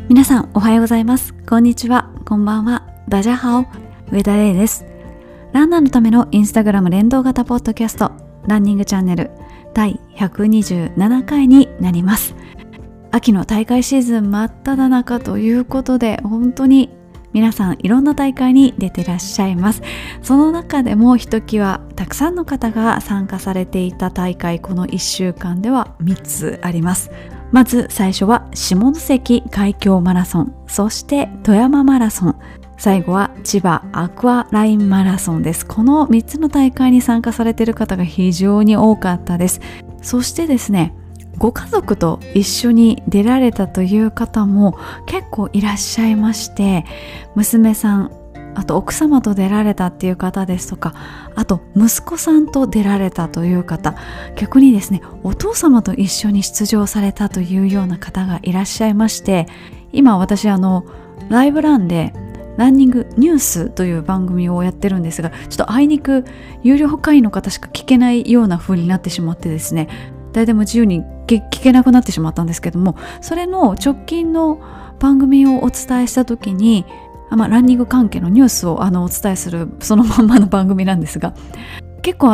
皆さんおはようございます。こんにちは、こんばんは。ダジャハオ、上田玲です。ランナーのためのインスタグラム連動型ポッドキャスト、ランニングチャンネル第127回になります。秋の大会シーズン真っ只中ということで、本当に皆さんいろんな大会に出てらっしゃいます。その中でもひときわたくさんの方が参加されていた大会、この1週間では3つあります。まず最初は下関海峡マラソン、そして富山マラソン、最後は千葉アクアラインマラソンです。この3つの大会に参加されている方が非常に多かったです。そしてですね、ご家族と一緒に出られたという方も結構いらっしゃいまして、娘さん、あと奥様と出られたっていう方ですとか、あと息子さんと出られたという方、逆にですね、お父様と一緒に出場されたというような方がいらっしゃいまして、今私ライブランでランニングニュースという番組をやってるんですが、ちょっとあいにく有料会員の方しか聞けないような風になってしまってですね、誰でも自由に聞けなくなってしまったんですけども、それの直近の番組をお伝えした時に、ランニング関係のニュースをお伝えするそのまんまの番組なんですが、結構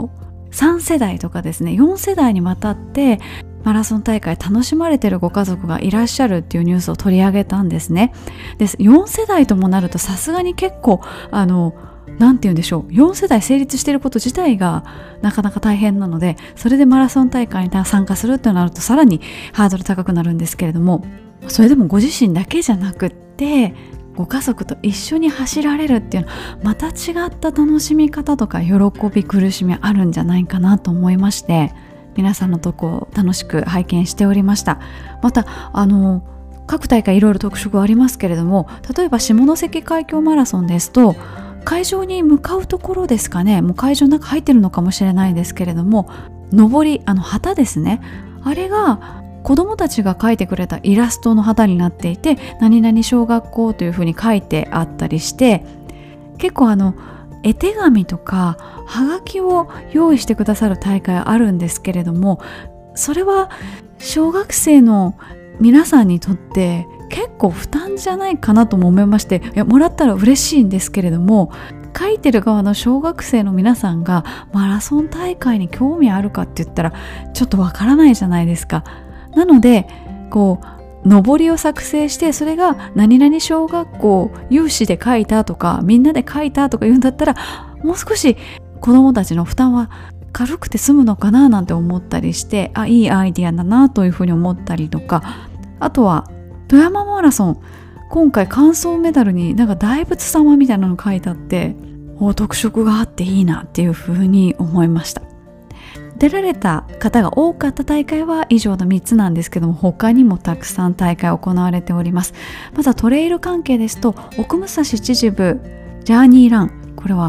3世代とかですね、4世代にわたってマラソン大会楽しまれてるご家族がいらっしゃるっていうニュースを取り上げたんですね。で、4世代ともなるとさすがに結構なんて言うんでしょう、4世代成立していること自体がなかなか大変なので、それでマラソン大会に参加するってなるとさらにハードル高くなるんですけれども、それでもご自身だけじゃなくってご家族と一緒に走られるっていうのはまた違った楽しみ方とか喜び苦しみあるんじゃないかなと思いまして、皆さんのとこを楽しく拝見しておりました。また各大会いろいろ特色はありますけれども、例えば下関海峡マラソンですと、会場に向かうところですかね、もう会場の中入ってるのかもしれないですけれども、上り旗ですね、あれが子どもたちが描いてくれたイラストの旗になっていて、何々小学校というふうに書いてあったりして、結構絵手紙とかはがきを用意してくださる大会あるんですけれども、それは小学生の皆さんにとって結構負担じゃないかなとも思いまして、いや、もらったら嬉しいんですけれども、書いてる側の小学生の皆さんがマラソン大会に興味あるかって言ったらちょっとわからないじゃないですか。なので上りを作成して、それが何々小学校有志で書いたとかみんなで書いたとか言うんだったら、もう少し子どもたちの負担は軽くて済むのかななんて思ったりして、いいアイディアだなというふうに思ったりとか、あとは富山マラソン、今回完走メダルになんか大仏様みたいなの書いてあって、特色があっていいなっていうふうに思いました。出られた方が多かった大会は以上の3つなんですけども、他にもたくさん大会行われております。まずはトレイル関係ですと、奥武蔵秩父ジャーニーラン、これは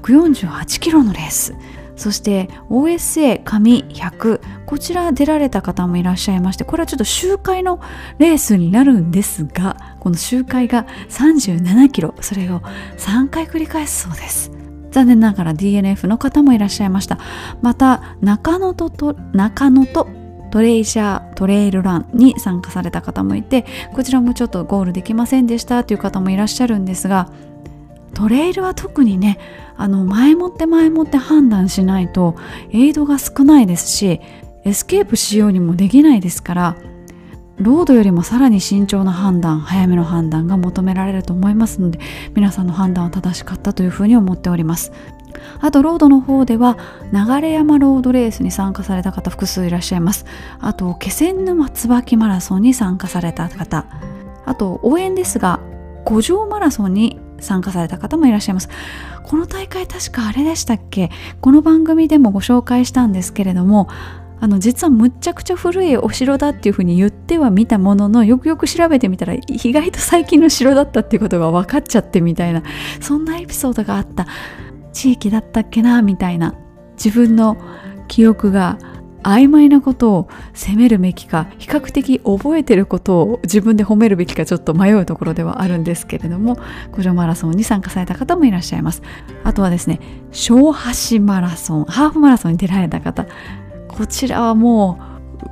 148キロのレース、そして OSA 上100、こちら出られた方もいらっしゃいまして、これはちょっと周回のレースになるんですが、この周回が37キロ、それを3回繰り返すそうです。残念ながら DNF の方もいらっしゃいました。また中野とトレイジャートレイルランに参加された方もいて、こちらもちょっとゴールできませんでしたという方もいらっしゃるんですが、トレイルは特にね、前もって判断しないとエイドが少ないですし、エスケープしようにもできないですから、ロードよりもさらに慎重な判断、早めの判断が求められると思いますので、皆さんの判断は正しかったというふうに思っております。あとロードの方では流山ロードレースに参加された方複数いらっしゃいます。あと気仙沼椿マラソンに参加された方、あと応援ですが五条マラソンに参加された方もいらっしゃいます。この大会確かあれでしたっけ、この番組でもご紹介したんですけれども、実はむっちゃくちゃ古いお城だっていうふうに言ってはみたものの、よくよく調べてみたら意外と最近の城だったっていうことが分かっちゃってみたいな、そんなエピソードがあった地域だったっけなみたいな、自分の記憶が曖昧なことを責めるべきか、比較的覚えてることを自分で褒めるべきか、ちょっと迷うところではあるんですけれども、五条マラソンに参加された方もいらっしゃいます。あとはですね、小橋マラソン、ハーフマラソンに出られた方、こちらはもう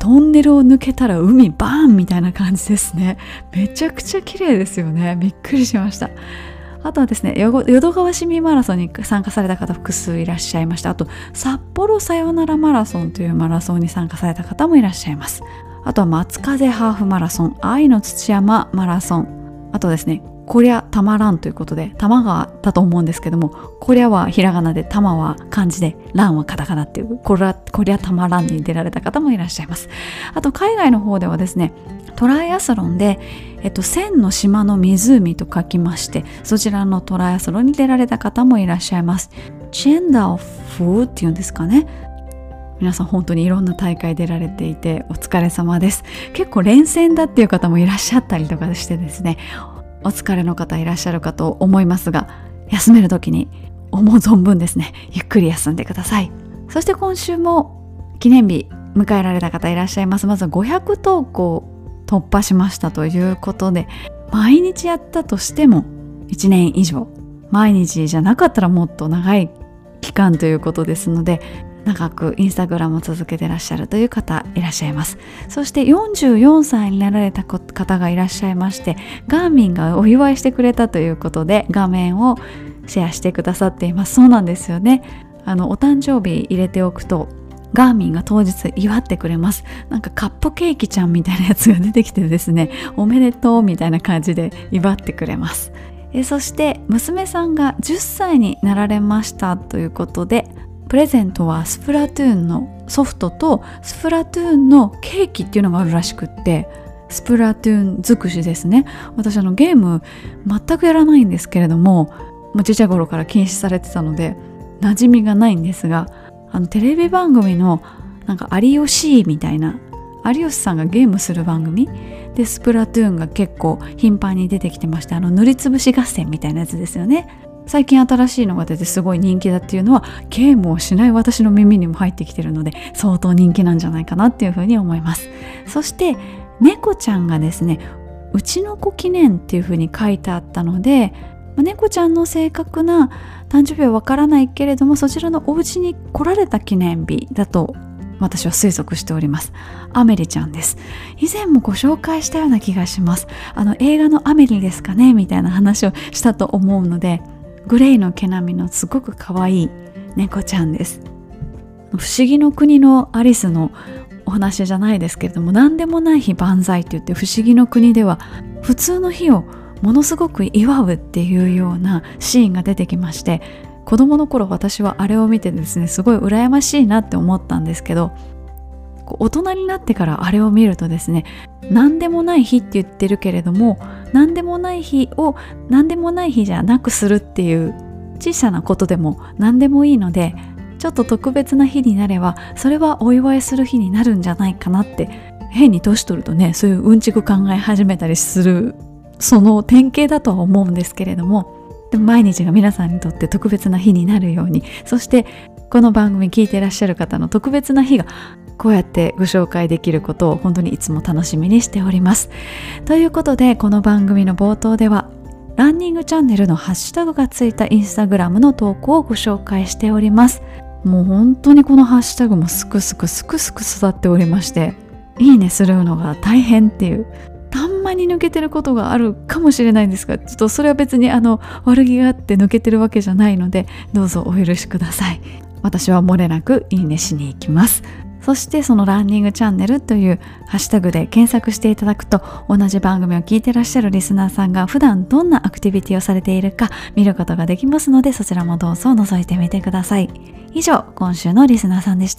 トンネルを抜けたら海バーンみたいな感じですね。めちゃくちゃ綺麗ですよね。びっくりしました。あとはですね、淀川市民マラソンに参加された方複数いらっしゃいました。あと札幌さよならマラソンというマラソンに参加された方もいらっしゃいます。あとは松風ハーフマラソン、愛の土山マラソン、あとですね、こりゃたまらんということで、玉川だと思うんですけども、こりゃはひらがなで、玉は漢字で、らんはカタカナっていう、こりゃたまらんに出られた方もいらっしゃいます。あと海外の方ではですね、トライアスロンで、千の島の湖と書きまして、そちらのトライアスロンに出られた方もいらっしゃいます。チェンダオフっていうんですかね。皆さん本当にいろんな大会出られていてお疲れ様です。結構連戦だっていう方もいらっしゃったりとかしてですね、お疲れの方いらっしゃるかと思いますが、休める時に思う存分ですね、ゆっくり休んでください。そして今週も記念日迎えられた方いらっしゃいます。まずは500投稿突破しましたということで、毎日やったとしても1年以上、毎日じゃなかったらもっと長い期間ということですので、長くインスタグラムを続けていらっしゃるという方いらっしゃいます。そして44歳になられた方がいらっしゃいまして、ガーミンがお祝いしてくれたということで画面をシェアしてくださっています。そうなんですよね。お誕生日入れておくとガーミンが当日祝ってくれます。なんかカップケーキちゃんみたいなやつが出てきてですね、おめでとうみたいな感じで祝ってくれます。そして娘さんが10歳になられましたということで、プレゼントはスプラトゥーンのソフトとスプラトゥーンのケーキっていうのがあるらしくって、スプラトゥーン尽くしですね。私ゲーム全くやらないんですけれども、ちっちゃい頃から禁止されてたので馴染みがないんですが、テレビ番組のなんか有吉みたいな、有吉さんがゲームする番組でスプラトゥーンが結構頻繁に出てきてまして、塗りつぶし合戦みたいなやつですよね。最近新しいのが出てすごい人気だっていうのは、ゲームをしない私の耳にも入ってきてるので相当人気なんじゃないかなっていうふうに思います。そして猫ちゃんがですね、うちの子記念っていうふうに書いてあったので、猫ちゃんの正確な誕生日はわからないけれども、そちらのお家に来られた記念日だと私は推測しております。アメリちゃんです。以前もご紹介したような気がします。映画のアメリですかねみたいな話をしたと思うので、グレイの毛並みのすごく可愛い猫ちゃんです。不思議の国のアリスのお話じゃないですけれども、何でもない日万歳って言って、不思議の国では普通の日をものすごく祝うっていうようなシーンが出てきまして、子供の頃私はあれを見てですね、すごい羨ましいなって思ったんですけど、大人になってからあれを見るとですね、何でもない日って言ってるけれども、何でもない日を何でもない日じゃなくするっていう小さなことでも何でもいいので、ちょっと特別な日になればそれはお祝いする日になるんじゃないかなって、変に年取るとね、そういううんちく考え始めたりする、その典型だとは思うんですけれども、でも毎日が皆さんにとって特別な日になるように、そしてこの番組聞いていらっしゃる方の特別な日がこうやってご紹介できることを本当にいつも楽しみにしております。ということで、この番組の冒頭ではランニングチャンネルのハッシュタグがついたインスタグラムの投稿をご紹介しております。もう本当にこのハッシュタグもすくすく育っておりまして、いいねするのが大変っていう、たんまに抜けてることがあるかもしれないんですが、ちょっとそれは別に悪気があって抜けてるわけじゃないので、どうぞお許しください。私は漏れなくいいねしに行きます。そしてそのランニングチャンネルというハッシュタグで検索していただくと、同じ番組を聞いていらっしゃるリスナーさんが普段どんなアクティビティをされているか見ることができますので、そちらもどうぞ覗いてみてください。以上、今週のリスナーさんでした。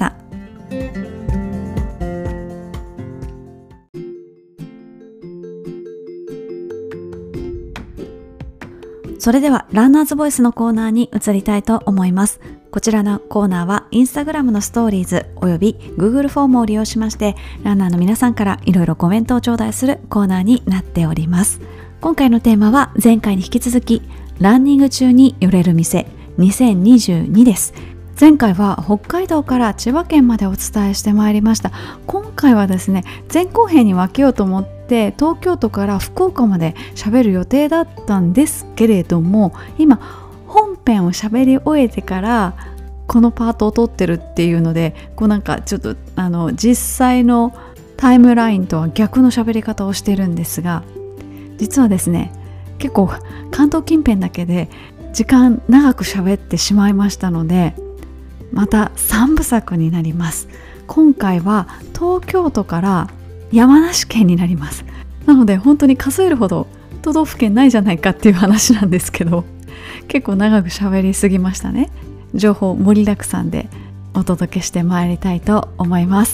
それではランナーズボイスのコーナーに移りたいと思います。こちらのコーナーはインスタグラムのストーリーズおよび Google フォームを利用しまして、ランナーの皆さんからいろいろコメントを頂戴するコーナーになっております。今回のテーマは前回に引き続きランニング中に寄れる店2022です。前回は北海道から千葉県までお伝えしてまいりました。今回はですね、前後編に分けようと思って東京都から福岡まで喋る予定だったんですけれども、今本編を喋り終えてからこのパートを撮ってるっていうので、なんかちょっと実際のタイムラインとは逆の喋り方をしているんですが、実はですね、結構関東近辺だけで時間長く喋ってしまいましたので、また3部作になります。今回は東京都から山梨県になります。なので本当に数えるほど都道府県ないじゃないかっていう話なんですけど、結構長く喋りすぎましたね。情報盛りだくさんでお届けしてまいりたいと思います。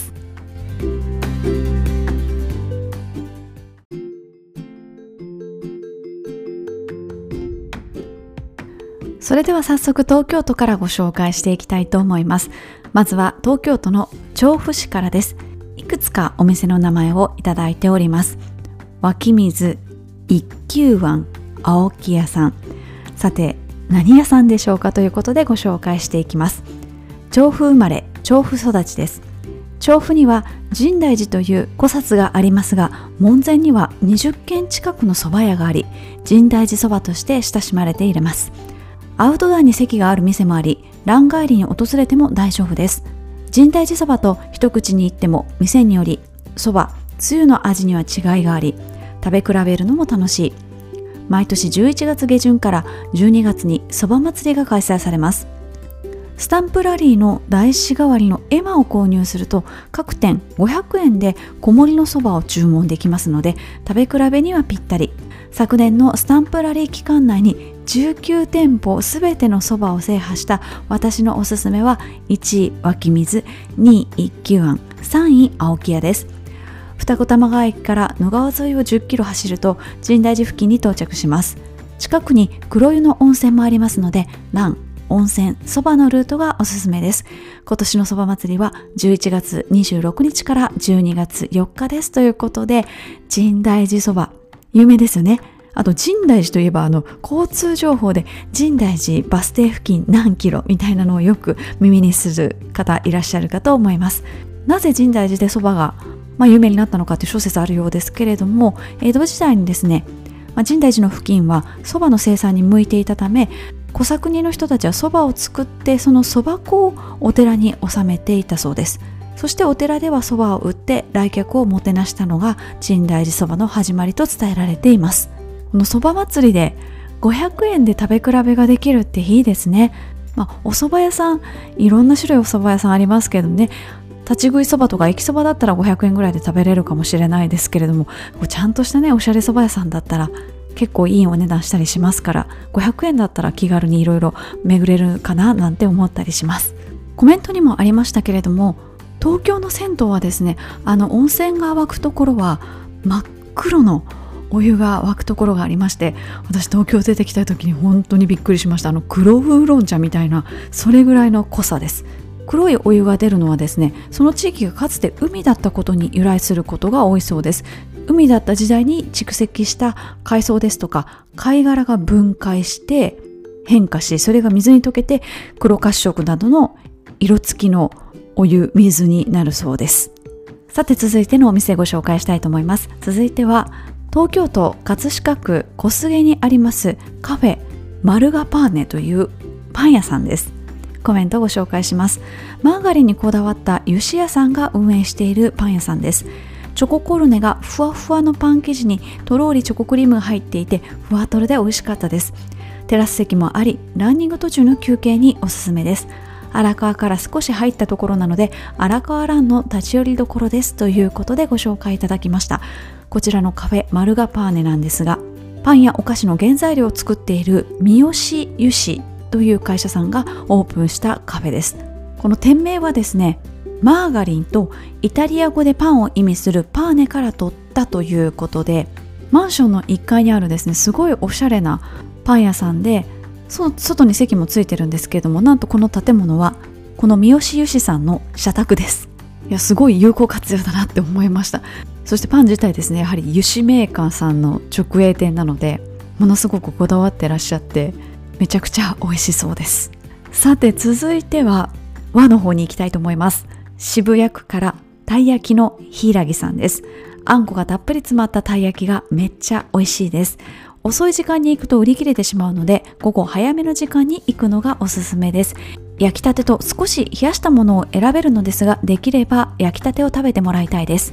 それでは早速東京都からご紹介していきたいと思います。まずは東京都の調布市からです。いくつかお店の名前をいただいております。湧き水、一休庵、青木屋さん。さて何屋さんでしょうかということでご紹介していきます。調布生まれ、調布育ちです。調布には深大寺という古刹がありますが、門前には20軒近くの蕎麦屋があり、深大寺蕎麦として親しまれています。アウトドアに席がある店もあり、ラン帰りに訪れても大丈夫です。深大寺そばと一口に言っても、店によりそば、つゆの味には違いがあり、食べ比べるのも楽しい。毎年11月下旬から12月にそば祭りが開催されます。スタンプラリーの台紙代わりの絵馬を購入すると、各店500円で小盛りのそばを注文できますので、食べ比べにはぴったり。昨年のスタンプラリー期間内に19店舗すべてのそばを制覇した私のおすすめは、1位湧き水、2位一休庵、3位青木屋です。二子玉川駅から野川沿いを10キロ走ると深大寺付近に到着します。近くに黒湯の温泉もありますので、蘭、温泉、そばのルートがおすすめです。今年のそば祭りは11月26日から12月4日ですということで、深大寺そば有名ですよね。あと深大寺といえば交通情報で深大寺バス停付近何キロみたいなのをよく耳にする方いらっしゃるかと思います。なぜ深大寺でそばが有名になったのかという諸説あるようですけれども、江戸時代にですね、深大寺の付近はそばの生産に向いていたため、小作人の人たちはそばを作って、そのそば粉をお寺に納めていたそうです。そしてお寺ではそばを売って来客をもてなしたのが深大寺そばの始まりと伝えられています。このそば祭りで500円で食べ比べができるっていいですね。お蕎麦屋さん、いろんな種類お蕎麦屋さんありますけどね、立ち食いそばとか駅そばだったら500円ぐらいで食べれるかもしれないですけれども、ちゃんとしたねおしゃれそば屋さんだったら結構いいお値段したりしますから、500円だったら気軽にいろいろ巡れるかななんて思ったりします。コメントにもありましたけれども、東京の銭湯はですね、温泉が湧くところは真っ黒のお湯が湧くところがありまして、私東京出てきた時に本当にびっくりしました。黒ウーロン茶みたいな、それぐらいの濃さです。黒いお湯が出るのはですね、その地域がかつて海だったことに由来することが多いそうです。海だった時代に蓄積した海藻ですとか貝殻が分解して変化し、それが水に溶けて黒褐色などの色付きのお湯、水になるそうです。さて続いてのお店ご紹介したいと思います。続いては東京都葛飾区小菅にありますカフェマルガパーネというパン屋さんです。コメントをご紹介します。マーガリンにこだわった油脂屋さんが運営しているパン屋さんです。チョココルネがふわふわのパン生地にとろーりチョコクリームが入っていて、ふわとろで美味しかったです。テラス席もあり、ランニング途中の休憩におすすめです。荒川から少し入ったところなので、荒川ランの立ち寄りどころですということでご紹介いただきました。こちらのカフェマルガパーネなんですが、パンやお菓子の原材料を作っている三好油脂という会社さんがオープンしたカフェです。この店名はですね、マーガリンとイタリア語でパンを意味するパーネから取ったということで、マンションの1階にあるですね、すごいおしゃれなパン屋さんで、外に席もついてるんですけれども、なんとこの建物はこの三好油脂さんの社宅です。いや、すごい有効活用だなって思いました。そしてパン自体ですね、やはり油脂メーカーさんの直営店なので、ものすごくこだわってらっしゃってめちゃくちゃ美味しそうです。さて続いては和の方に行きたいと思います。渋谷区からたい焼きの柊さんです。あんこがたっぷり詰まったたい焼きがめっちゃ美味しいです。遅い時間に行くと売り切れてしまうので、午後早めの時間に行くのがおすすめです。焼きたてと少し冷やしたものを選べるのですが、できれば焼きたてを食べてもらいたいです。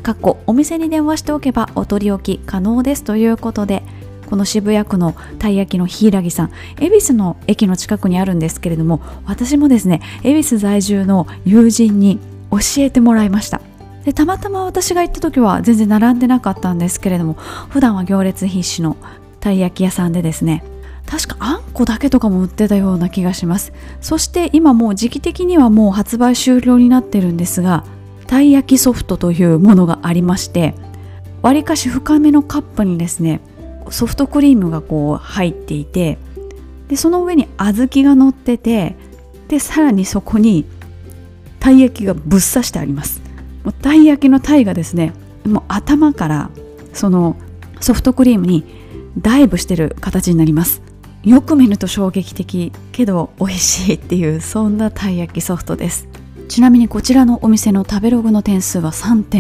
お店に電話しておけばお取り置き可能ですということで、この渋谷区のたい焼きの柊さん、恵比寿の駅の近くにあるんですけれども、私もですね恵比寿在住の友人に教えてもらいました。でたまたま私が行った時は全然並んでなかったんですけれども、普段は行列必至のたい焼き屋さんでですね、確かあんこだけとかも売ってたような気がします。そして今もう時期的にはもう発売終了になってるんですが、たい焼きソフトというものがありまして、わりかし深めのカップにですねソフトクリームがこう入っていて、でその上に小豆が乗ってて、でさらにそこにたい焼きがぶっ刺してあります。もうたい焼きのたいがですね、もう頭からそのソフトクリームにダイブしてる形になります。よく見ると衝撃的けど美味しいっていう、そんなたい焼きソフトです。ちなみにこちらのお店の食べログの点数は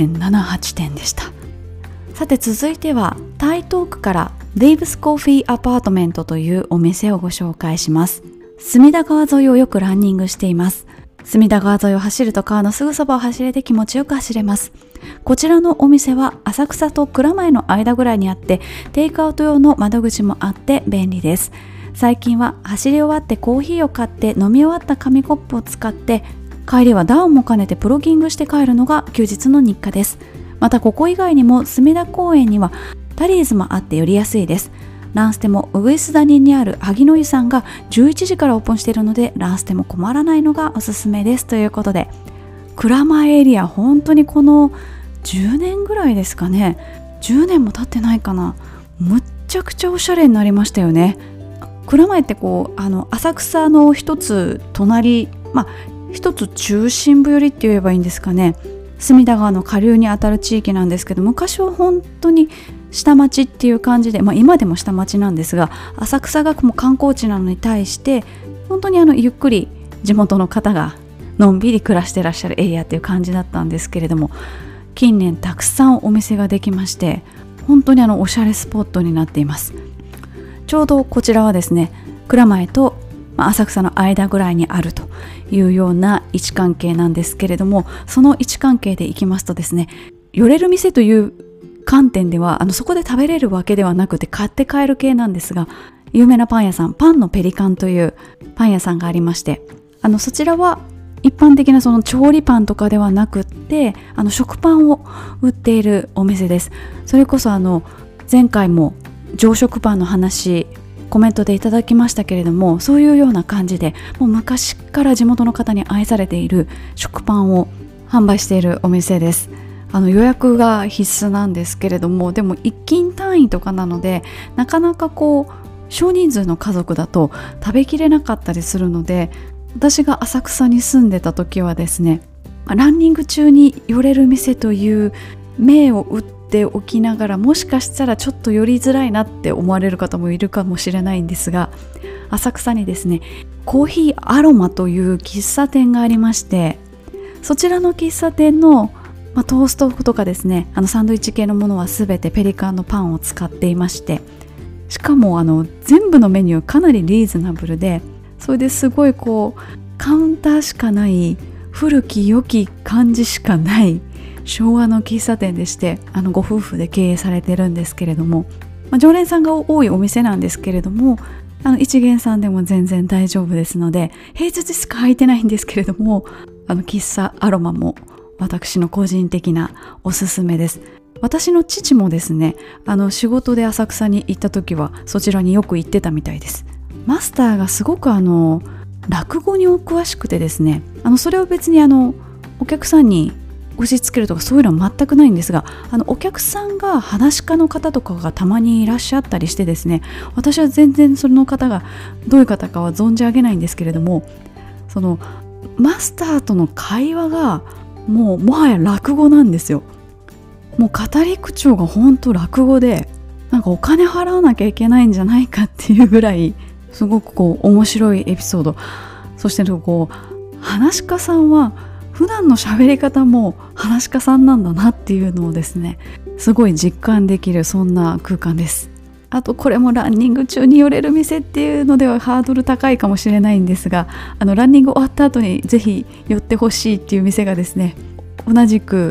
3.78 点でした。さて続いては台東区からデイブスコーヒーアパートメントというお店をご紹介します。隅田川沿いをよくランニングしています。隅田川沿いを走ると川のすぐそばを走れて気持ちよく走れます。こちらのお店は浅草と蔵前の間ぐらいにあって、テイクアウト用の窓口もあって便利です。最近は走り終わってコーヒーを買って飲み終わった紙コップを使って帰りはダウンも兼ねてプロギングして帰るのが休日の日課です。またここ以外にも隅田公園にはタリーズもあって寄りやすいです。ランステもウグイス谷にある萩の湯さんが11時からオープンしているので、ランステも困らないのがおすすめですということで、蔵前エリア本当にこの10年ぐらいですかね、10年も経ってないかな、むっちゃくちゃおしゃれになりましたよね。蔵前ってこう浅草の一つ隣、一つ中心部寄りって言えばいいんですかね、隅田川の下流にあたる地域なんですけど、昔は本当に下町っていう感じで、今でも下町なんですが、浅草がもう観光地なのに対して本当にゆっくり地元の方がのんびり暮らしてらっしゃるエリアっていう感じだったんですけれども、近年たくさんお店ができまして、本当におしゃれスポットになっています。ちょうどこちらはですね、蔵前と浅草の間ぐらいにあるというような位置関係なんですけれども、その位置関係でいきますとですね、寄れる店という観点ではそこで食べれるわけではなくて買って帰る系なんですが、有名なパン屋さん、パンのペリカンというパン屋さんがありまして、そちらは一般的なその調理パンとかではなくって食パンを売っているお店です。それこそ前回も常食パンの話コメントでいただきましたけれども、そういうような感じでもう昔から地元の方に愛されている食パンを販売しているお店です。予約が必須なんですけれども、でも一斤単位とかなのでなかなか少人数の家族だと食べきれなかったりするので、私が浅草に住んでた時はですね、ランニング中に寄れる店という銘を打っておきながら、もしかしたらちょっと寄りづらいなって思われる方もいるかもしれないんですが、浅草にですねコーヒーアロマという喫茶店がありまして、そちらの喫茶店のトーストとかですね、サンドイッチ系のものはすべてペリカンのパンを使っていまして、しかも全部のメニューかなりリーズナブルで、それですごいカウンターしかない古き良き感じしかない昭和の喫茶店でして、ご夫婦で経営されてるんですけれども、常連さんが多いお店なんですけれども、一元さんでも全然大丈夫ですので、平日しか空いてないんですけれども、喫茶アロマも私の個人的なおすすめです。私の父もですね、仕事で浅草に行った時はそちらによく行ってたみたいです。マスターがすごく落語にお詳しくてですね、それを別にお客さんに押し付けるとかそういうのは全くないんですが、お客さんが話し家の方とかがたまにいらっしゃったりしてですね、私は全然その方がどういう方かは存じ上げないんですけれども、そのマスターとの会話がもはや落語なんですよ。もう語り口調が本当落語で、なんかお金払わなきゃいけないんじゃないかっていうぐらいすごく面白いエピソード、そして話し家さんは普段の喋り方も話し家さんなんだなっていうのをですね、すごい実感できる、そんな空間です。あとこれもランニング中に寄れる店っていうのではハードル高いかもしれないんですが、ランニング終わった後にぜひ寄ってほしいっていう店がですね、同じく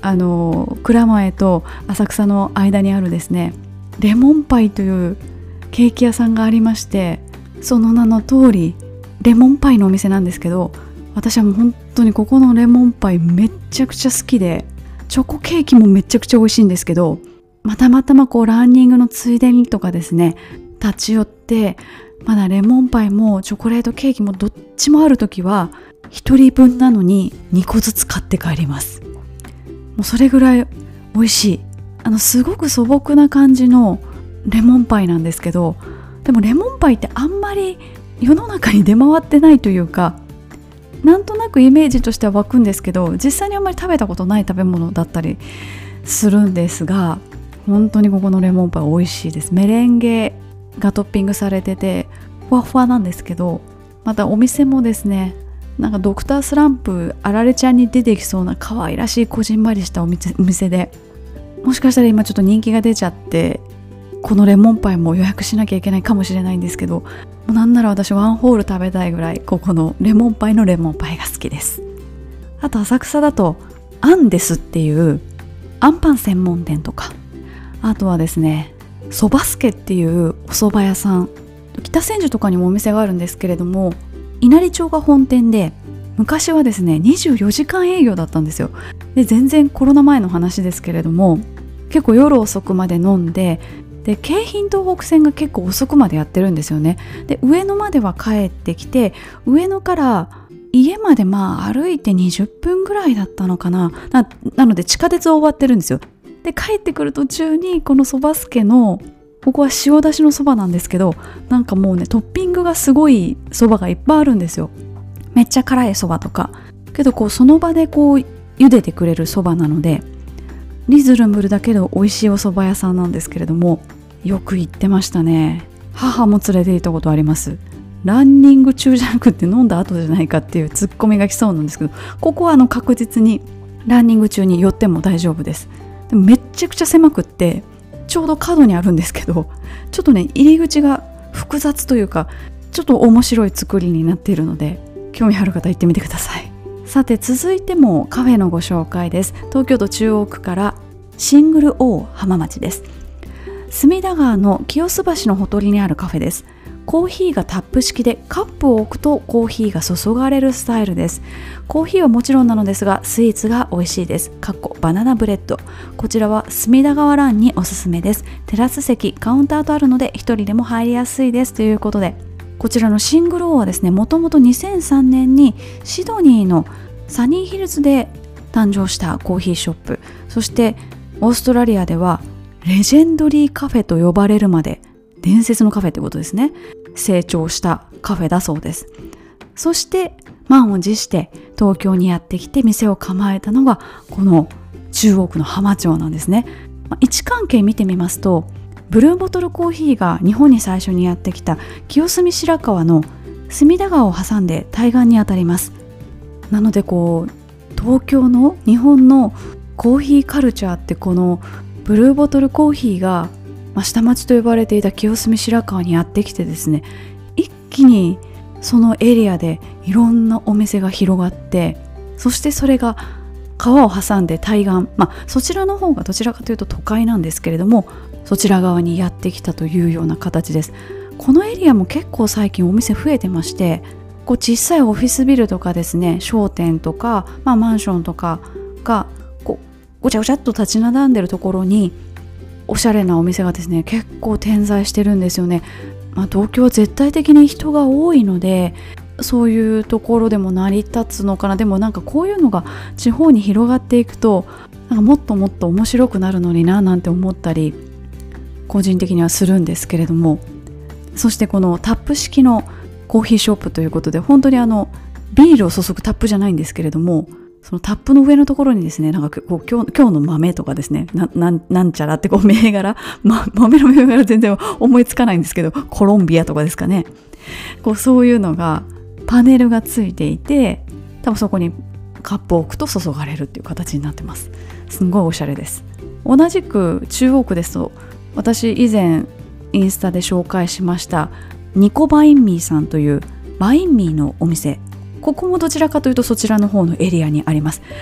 蔵前と浅草の間にあるですね、レモンパイというケーキ屋さんがありまして、その名の通りレモンパイのお店なんですけど、私はもう本当にここのレモンパイめっちゃくちゃ好きで、チョコケーキもめちゃくちゃ美味しいんですけど、たまたまランニングのついでにとかですね、立ち寄ってまだレモンパイもチョコレートケーキもどっちもあるときは1人分なのに2個ずつ買って帰ります。もうそれぐらい美味しい、すごく素朴な感じのレモンパイなんですけど、でもレモンパイってあんまり世の中に出回ってないというか、なんとなくイメージとしては湧くんですけど、実際にあんまり食べたことない食べ物だったりするんですが、本当にここのレモンパイ美味しいです。メレンゲがトッピングされててふわふわなんですけど、またお店もですね、なんかドクタースランプあられちゃんに出てきそうな可愛らしいこじんまりしたお店で、もしかしたら今ちょっと人気が出ちゃってこのレモンパイも予約しなきゃいけないかもしれないんですけど、なんなら私ワンホール食べたいぐらいここのレモンパイのレモンパイが好きです。あと浅草だとアンデスっていうアンパン専門店とか、あとはですねそばすけっていうお蕎麦屋さん、北千住とかにもお店があるんですけれども、稲荷町が本店で、昔はですね24時間営業だったんですよ。で全然コロナ前の話ですけれども、結構夜遅くまで飲んで、で京浜東北線が結構遅くまでやってるんですよね。で上野までは帰ってきて、上野から家まで歩いて20分ぐらいだったのかな。なので地下鉄は終わってるんですよ。で帰ってくる途中にこのそばすけの、ここは塩だしのそばなんですけど、なんかもうねトッピングがすごいそばがいっぱいあるんですよ。めっちゃ辛いそばとか、けどその場で茹でてくれるそばなのでリーズナブルだけど美味しいお蕎麦屋さんなんですけれども、よく行ってましたね。母も連れて行ったことあります。ランニング中じゃなくて飲んだ後じゃないかっていうツッコミが来そうなんですけど、ここは確実にランニング中に寄っても大丈夫です。でもめっちゃくちゃ狭くって、ちょうど角にあるんですけど、ちょっとね入り口が複雑というかちょっと面白い作りになっているので、興味ある方行ってみてください。さて続いてもカフェのご紹介です。東京都中央区からシングル O 浜町です。隅田川の清洲橋のほとりにあるカフェです。コーヒーがタップ式で、カップを置くとコーヒーが注がれるスタイルです。コーヒーはもちろんなのですが、スイーツが美味しいです。バナナブレッド、こちらは隅田川ランにおすすめです。テラス席、カウンターとあるので一人でも入りやすいですということで、こちらのシングル O はですね、もともと2003年にシドニーのサニーヒルズで誕生したコーヒーショップ、そしてオーストラリアではレジェンドリーカフェと呼ばれるまで、伝説のカフェってことですね、成長したカフェだそうです。そして満を持して東京にやってきて店を構えたのがこの中央区の浜町なんですね。位置関係見てみますと、ブルーボトルコーヒーが日本に最初にやってきた清澄白河の隅田川を挟んで対岸にあたります。なので東京の日本のコーヒーカルチャーって、このブルーボトルコーヒーが下町と呼ばれていた清澄白河にやってきてですね、一気にそのエリアでいろんなお店が広がって、そしてそれが川を挟んで対岸、そちらの方がどちらかというと都会なんですけれども、そちら側にやってきたというような形です。このエリアも結構最近お店増えてまして、小さいオフィスビルとかですね、商店とか、マンションとかがごちゃごちゃっと立ち並んでるところにおしゃれなお店がですね結構点在してるんですよね。東京は絶対的に人が多いので、そういうところでも成り立つのかな。でもこういうのが地方に広がっていくともっともっと面白くなるのにななんて思ったり個人的にはするんですけれども、そしてこのタップ式のコーヒーショップということで、本当にビールを注ぐタップじゃないんですけれども、そのタップの上のところにですね、今日の豆とかですね、なんちゃらって銘柄、豆の銘柄全然思いつかないんですけど、コロンビアとかですかね、そういうのがパネルがついていて、多分そこにカップを置くと注がれるっていう形になってます。すんごいおしゃれです。同じく中央区ですと、私以前インスタで紹介しましたニコバインミーさんというバインミーのお店、ここもどちらかというとそちらの方のエリアにあります。ここ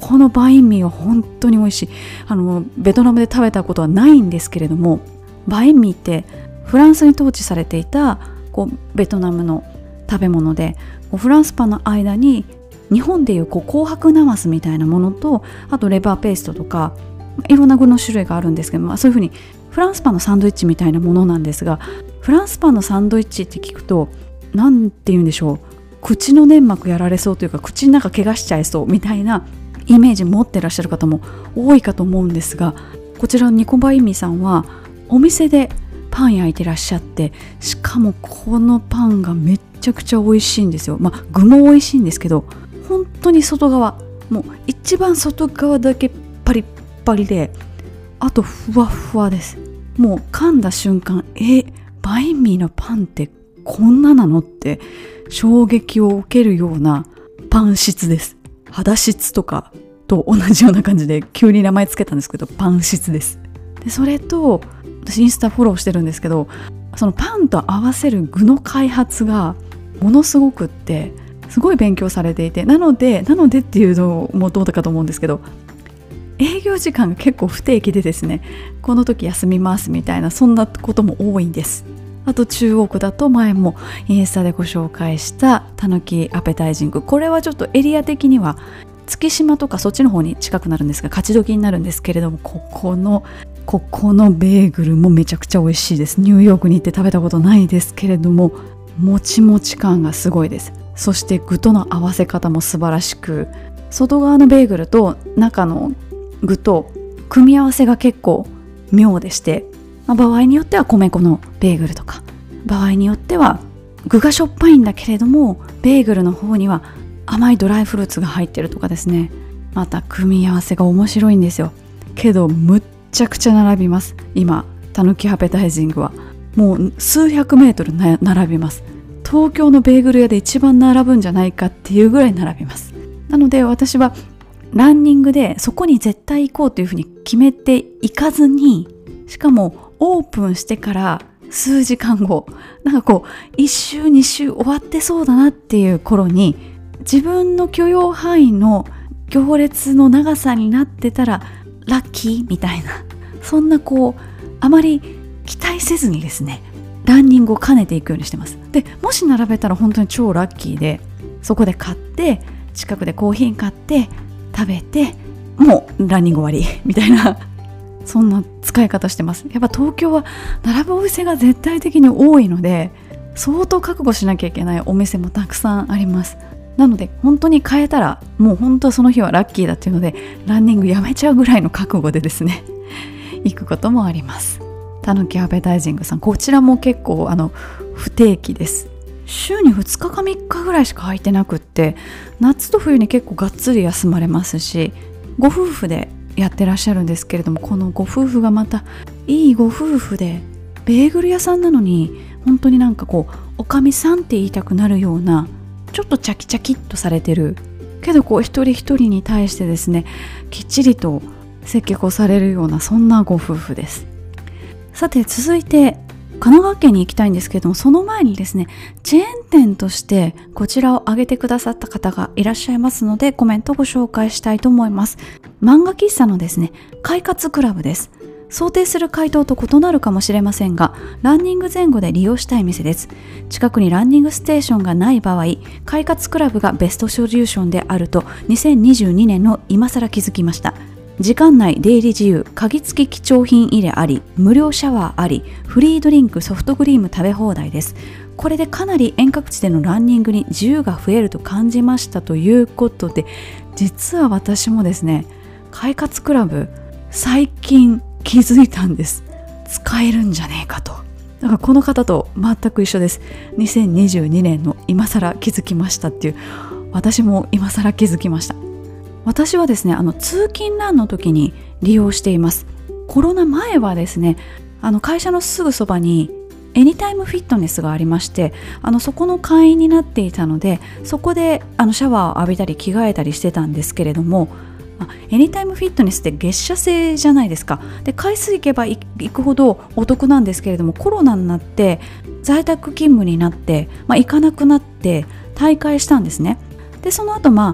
このバインミーは本当に美味しい。ベトナムで食べたことはないんですけれども、バインミーってフランスに統治されていたベトナムの食べ物で、フランスパンの間に日本でいう紅白なますみたいなものと、あとレバーペーストとかいろんな具の種類があるんですけど、そういう風にフランスパンのサンドイッチみたいなものなんですが、フランスパンのサンドイッチって聞くとなんて言うんでしょう、口の粘膜やられそうというか、口の中怪我しちゃいそうみたいなイメージ持ってらっしゃる方も多いかと思うんですが、こちらのニコバインミさんはお店でパン焼いてらっしゃって、しかもこのパンがめっちゃくちゃ美味しいんですよ。具も美味しいんですけど、本当に外側、もう一番外側だけパリッパリで、あとふわふわです。もう噛んだ瞬間、バインミーのパンってこんななのって衝撃を受けるようなパン質です。肌質とかと同じような感じで急に名前つけたんですけど、パン質です。でそれと私インスタフォローしてるんですけど、そのパンと合わせる具の開発がものすごくって、すごい勉強されていて、なのでっていうのもどうだかと思うんですけど、営業時間が結構不定期でですね、この時休みますみたいな、そんなことも多いんです。あと中央区だと前もインスタでご紹介したたぬきアペタイジング、これはちょっとエリア的には月島とかそっちの方に近くなるんですが、勝ち時になるんですけれども、ここのベーグルもめちゃくちゃ美味しいです。ニューヨークに行って食べたことないですけれども、もちもち感がすごいです。そして具との合わせ方も素晴らしく、外側のベーグルと中の具と組み合わせが結構妙でして、場合によっては米粉のベーグルとか、場合によっては具がしょっぱいんだけれどもベーグルの方には甘いドライフルーツが入ってるとかですね、また組み合わせが面白いんですよ。けどむっちゃくちゃ並びます。今たぬきアペタイジングはもう数百メートル並びます。東京のベーグル屋で一番並ぶんじゃないかっていうぐらい並びます。なので私はランニングでそこに絶対行こうというふうに決めていかずに、しかもオープンしてから数時間後、1周2周終わってそうだなっていう頃に、自分の許容範囲の行列の長さになってたらラッキーみたいな、そんなあまり期待せずにですね、ランニングを兼ねていくようにしてます。でもし並べたら本当に超ラッキーで、そこで買って近くでコーヒー買って食べて、もうランニング終わりみたいな、そんな使い方してます。やっぱ東京は並ぶお店が絶対的に多いので、相当覚悟しなきゃいけないお店もたくさんあります。なので本当に買えたらもう本当その日はラッキーだっていうので、ランニングやめちゃうぐらいの覚悟でですね行くこともあります。たぬきアペタイジングさん、こちらも結構不定期です。週に2日か3日ぐらいしか空いてなくって、夏と冬に結構がっつり休まれますし、ご夫婦でやってらっしゃるんですけれども、このご夫婦がまたいいご夫婦で、ベーグル屋さんなのに本当におかみさんって言いたくなるような、ちょっとチャキチャキっとされてるけど一人一人に対してですね、きっちりと接客をされるような、そんなご夫婦です。さて続いて神奈川県に行きたいんですけれども、その前にですね、チェーン店としてこちらを挙げてくださった方がいらっしゃいますので、コメントをご紹介したいと思います。漫画喫茶のですね、快活クラブです。想定する回答と異なるかもしれませんが、ランニング前後で利用したい店です。近くにランニングステーションがない場合、快活クラブがベストソリューションであると2022年の今更気づきました。時間内出入り自由、鍵付き貴重品入れあり、無料シャワーあり、フリードリンクソフトクリーム食べ放題です。これでかなり遠隔地でのランニングに自由が増えると感じましたということで、実は私もですね、快活クラブ最近気づいたんです。使えるんじゃねえかと。だからこの方と全く一緒です。2022年の今更気づきましたっていう、私も今更気づきました。私はですね、通勤ランの時に利用しています。コロナ前はですね、会社のすぐそばにエニタイムフィットネスがありまして、そこの会員になっていたので、そこでシャワーを浴びたり着替えたりしてたんですけれども、エニタイムフィットネスって月謝制じゃないですか。で、回数行けば行くほどお得なんですけれども、コロナになって在宅勤務になって、行かなくなって退会したんですね。でその後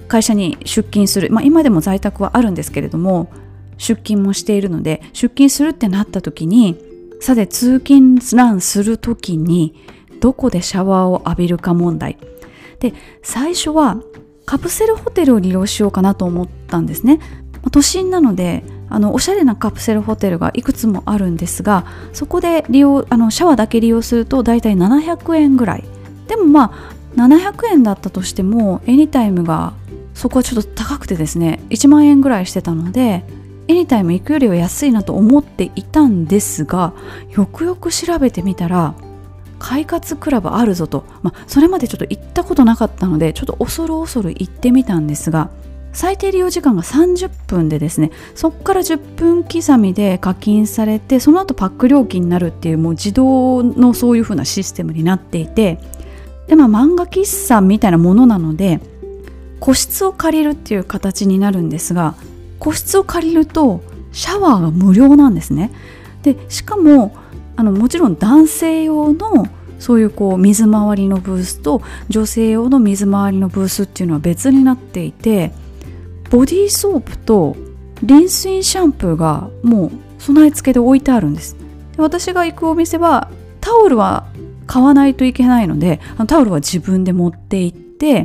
会社に出勤する、今でも在宅はあるんですけれども、出勤もしているので、出勤するってなった時に、さて通勤ランする時にどこでシャワーを浴びるか問題で、最初はカプセルホテルを利用しようかなと思ったんですね。都心なのでおしゃれなカプセルホテルがいくつもあるんですが、そこでシャワーだけ利用するとだいたい700円ぐらい。でも700円だったとしてもエニタイムがそこはちょっと高くてですね、1万円ぐらいしてたので、エニタイム行くよりは安いなと思っていたんですが、よくよく調べてみたら快活クラブあるぞと、それまでちょっと行ったことなかったのでちょっと恐る恐る行ってみたんですが、最低利用時間が30分でですね、そこから10分刻みで課金されて、その後パック料金になるっていう、もう自動のそういう風なシステムになっていて、で漫画喫茶みたいなものなので個室を借りるっていう形になるんですが、個室を借りるとシャワーが無料なんですね。でしかももちろん男性用のそういう水回りのブースと女性用の水回りのブースっていうのは別になっていて、ボディーソープとリンスインシャンプーがもう備え付けで置いてあるんです。で私が行くお店はタオルは買わないといけないので、タオルは自分で持って行って、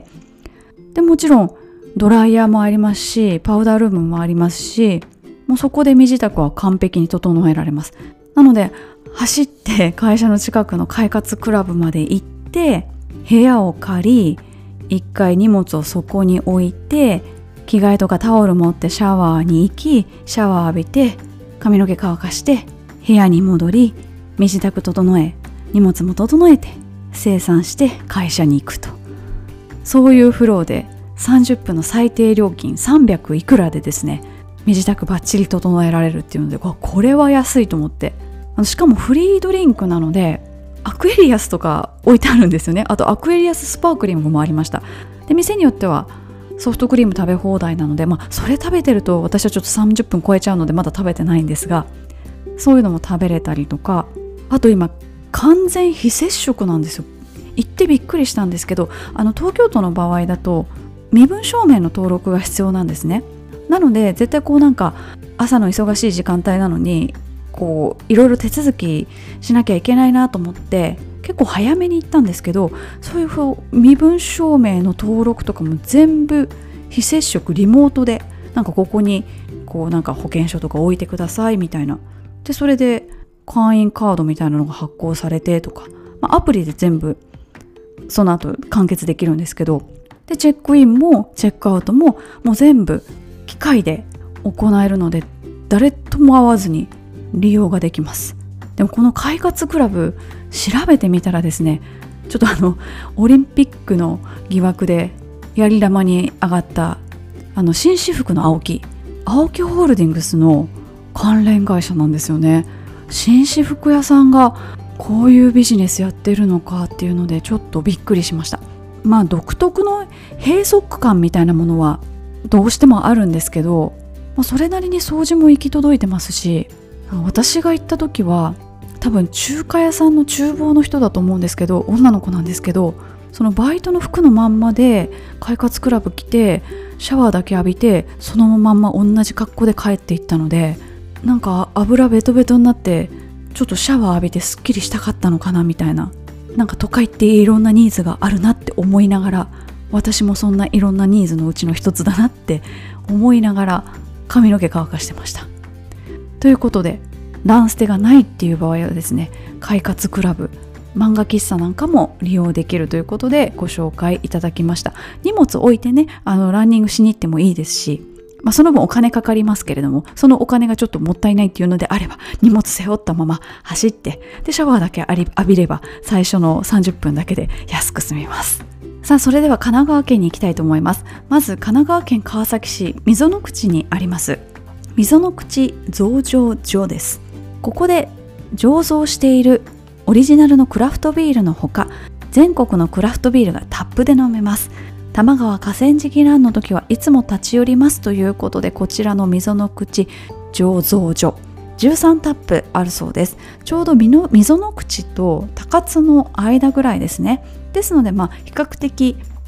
でもちろんドライヤーもありますし、パウダールームもありますし、もうそこで身支度は完璧に整えられます。なので走って会社の近くの快活クラブまで行って部屋を借り、一回荷物をそこに置いて、着替えとかタオル持ってシャワーに行き、シャワー浴びて髪の毛乾かして部屋に戻り、身支度整え、荷物も整えて清算して会社に行くと、そういうフローで30分の最低料金300いくらでですね、身支度バッチリ整えられるっていうので、これは安いと思って、しかもフリードリンクなのでアクエリアスとか置いてあるんですよね。あとアクエリアススパークリングもありました。で店によってはソフトクリーム食べ放題なので、それ食べてると私はちょっと30分超えちゃうのでまだ食べてないんですが、そういうのも食べれたりとか、あと今完全非接触なんですよ。行ってびっくりしたんですけど、東京都の場合だと身分証明の登録が必要なんですね。なので絶対朝の忙しい時間帯なのにいろいろ手続きしなきゃいけないなと思って結構早めに行ったんですけど、そういう身分証明の登録とかも全部非接触リモートで、ここに保険証とか置いてくださいみたいな、でそれで会員カードみたいなのが発行されてとか、アプリで全部その後完結できるんですけど、でチェックインもチェックアウトももう全部機械で行えるので誰とも会わずに利用ができます。でもこの快活クラブ調べてみたらですね、ちょっとオリンピックの疑惑でやり玉に上がった紳士服の青木ホールディングスの関連会社なんですよね。紳士服屋さんがこういうビジネスやってるのかっていうのでちょっとびっくりしました。独特の閉塞感みたいなものはどうしてもあるんですけど、それなりに掃除も行き届いてますし、私が行った時は多分中華屋さんの厨房の人だと思うんですけど、女の子なんですけど、そのバイトの服のまんまで快活クラブ来てシャワーだけ浴びてそのまんま同じ格好で帰っていったので、油ベトベトになってちょっとシャワー浴びてすっきりしたかったのかなみたいな、都会っていろんなニーズがあるなって思いながら、私もそんないろんなニーズのうちの一つだなって思いながら髪の毛乾かしてました。ということで、ランステがないっていう場合はですね、快活クラブ、漫画喫茶なんかも利用できるということでご紹介いただきました。荷物置いてね、ランニングしに行ってもいいですし、その分お金かかりますけれども、そのお金がちょっともったいないっていうのであれば、荷物背負ったまま走って、でシャワーだけ浴びれば最初の30分だけで安く済みます。さあ、それでは神奈川県に行きたいと思います。まず神奈川県川崎市溝の口にあります溝の口醸造所です。ここで醸造しているオリジナルのクラフトビールのほか、全国のクラフトビールがタップで飲めます。多摩川河川敷ランの時はいつも立ち寄りますということで、こちらの溝の口醸造所13タップあるそうです。ちょうど溝の口と高津の間ぐらいですね。ですので比較的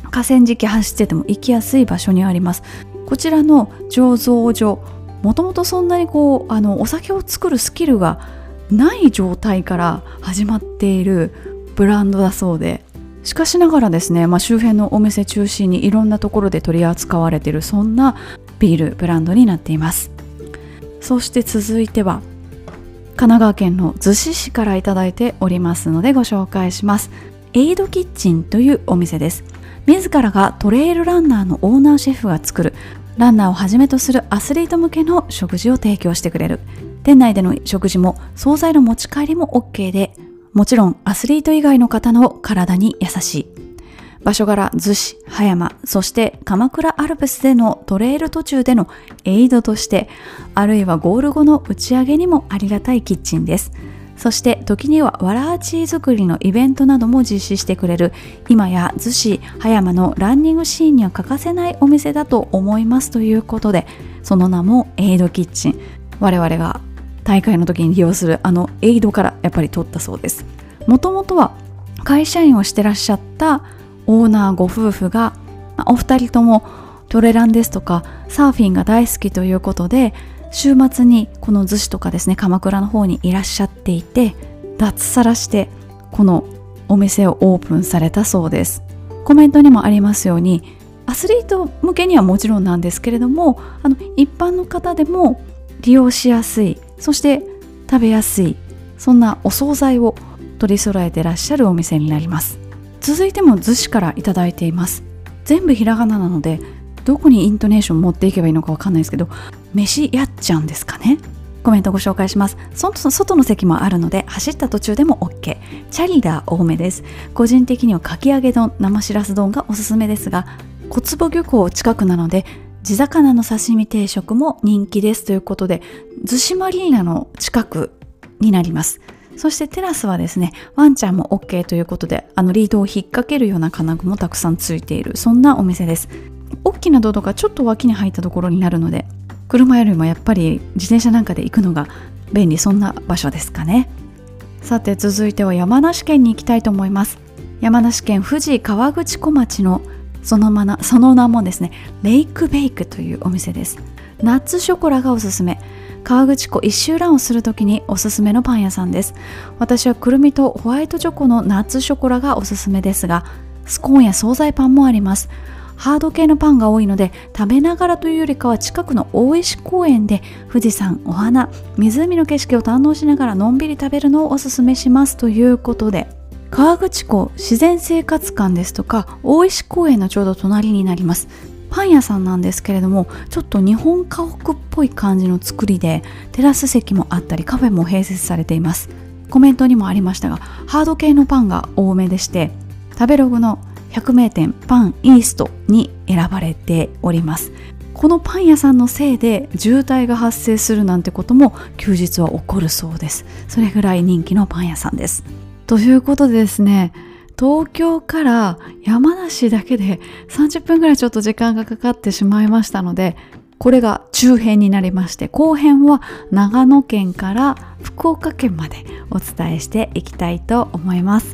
河川敷走ってても行きやすい場所にあります。こちらの醸造所、もともとそんなにお酒を作るスキルがない状態から始まっているブランドだそうで、しかしながらですね、周辺のお店中心にいろんなところで取り扱われている、そんなビールブランドになっています。そして続いては神奈川県の逗子市からいただいておりますのでご紹介します。エイドキッチンというお店です。自らがトレイルランナーのオーナーシェフが作る、ランナーをはじめとするアスリート向けの食事を提供してくれる。店内での食事も惣菜の持ち帰りも OK で、もちろんアスリート以外の方の体に優しい。場所柄逗子、葉山、そして鎌倉アルプスでのトレイル途中でのエイドとして、あるいはゴール後の打ち上げにもありがたいキッチンです。そして時にはわらあち作りのイベントなども実施してくれる、今や逗子葉山のランニングシーンには欠かせないお店だと思いますということで、その名もエイドキッチン。我々が大会の時に利用するエイドからやっぱり取ったそうです。もともとは会社員をしてらっしゃったオーナーご夫婦が、お二人ともトレランですとかサーフィンが大好きということで、週末にこの逗子とかですね、鎌倉の方にいらっしゃっていて、脱サラしてこのお店をオープンされたそうです。コメントにもありますように、アスリート向けにはもちろんなんですけれども、一般の方でも利用しやすい、そして食べやすい、そんなお惣菜を取り揃えてらっしゃるお店になります。続いても逗子からいただいています。全部ひらがななのでどこにイントネーション持っていけばいいのかわかんないですけど、飯やっちゃんですかね。コメントご紹介します。外の席もあるので走った途中でも OK。 チャリダー多めです。個人的にはかき揚げ丼、生しらす丼がおすすめですが、小坪漁港近くなので地魚の刺身定食も人気ですということで、逗子マリーナの近くになります。そしてテラスはですね、ワンちゃんも OK ということで、リードを引っ掛けるような金具もたくさんついている、そんなお店です。大きな道路がちょっと脇に入ったところになるので、車よりもやっぱり自転車なんかで行くのが便利、そんな場所ですかね。さて続いては山梨県に行きたいと思います。山梨県富士河口湖町のその名もですね、レイクベイクというお店です。ナッツショコラがおすすめ。河口湖一周ランをするときにおすすめのパン屋さんです。私はくるみとホワイトチョコのナッツショコラがおすすめですが、スコーンや惣菜パンもあります。ハード系のパンが多いので、食べながらというよりかは近くの大石公園で富士山、お花、湖の景色を堪能しながらのんびり食べるのをおすすめしますということで、河口湖自然生活館ですとか大石公園のちょうど隣になります。パン屋さんなんですけれども、ちょっと日本家屋っぽい感じの作りで、テラス席もあったりカフェも併設されています。コメントにもありましたが、ハード系のパンが多めでして、食べログの百名店パンイーストに選ばれております。このパン屋さんのせいで渋滞が発生するなんてことも休日は起こるそうです。それぐらい人気のパン屋さんです。ということでですね、東京から山梨だけで30分ぐらいちょっと時間がかかってしまいましたので、これが中編になりまして、後編は長野県から福岡県までお伝えしていきたいと思います。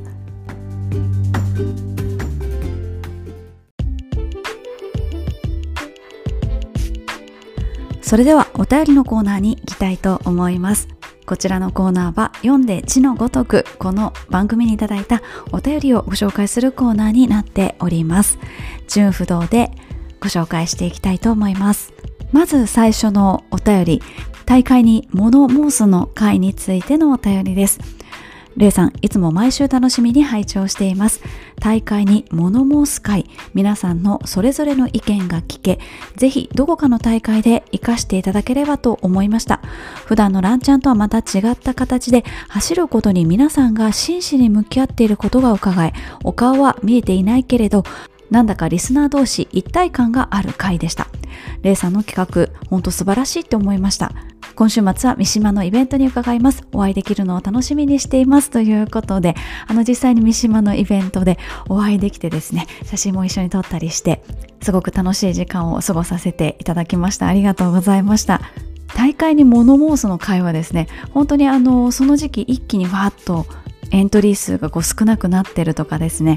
それではお便りのコーナーに行きたいと思います。こちらのコーナーは読んで字のごとく、この番組にいただいたお便りをご紹介するコーナーになっております。順不動でご紹介していきたいと思います。まず最初のお便り、大会に物申すの会についてのお便りです。レイさん、いつも毎週楽しみに拝聴しています。大会に物申す会、皆さんのそれぞれの意見が聞け、ぜひどこかの大会で活かしていただければと思いました。普段のランチャンとはまた違った形で、走ることに皆さんが真摯に向き合っていることが伺え、お顔は見えていないけれど、なんだかリスナー同士一体感がある回でした。レイさんの企画、本当素晴らしいって思いました。今週末は三島のイベントに伺います。お会いできるのを楽しみにしていますということで、実際に三島のイベントでお会いできてですね、写真も一緒に撮ったりして、すごく楽しい時間を過ごさせていただきました。ありがとうございました。大会に物申すの会はですね、本当にその時期一気にわーっとエントリー数が少なくなってるとかですね、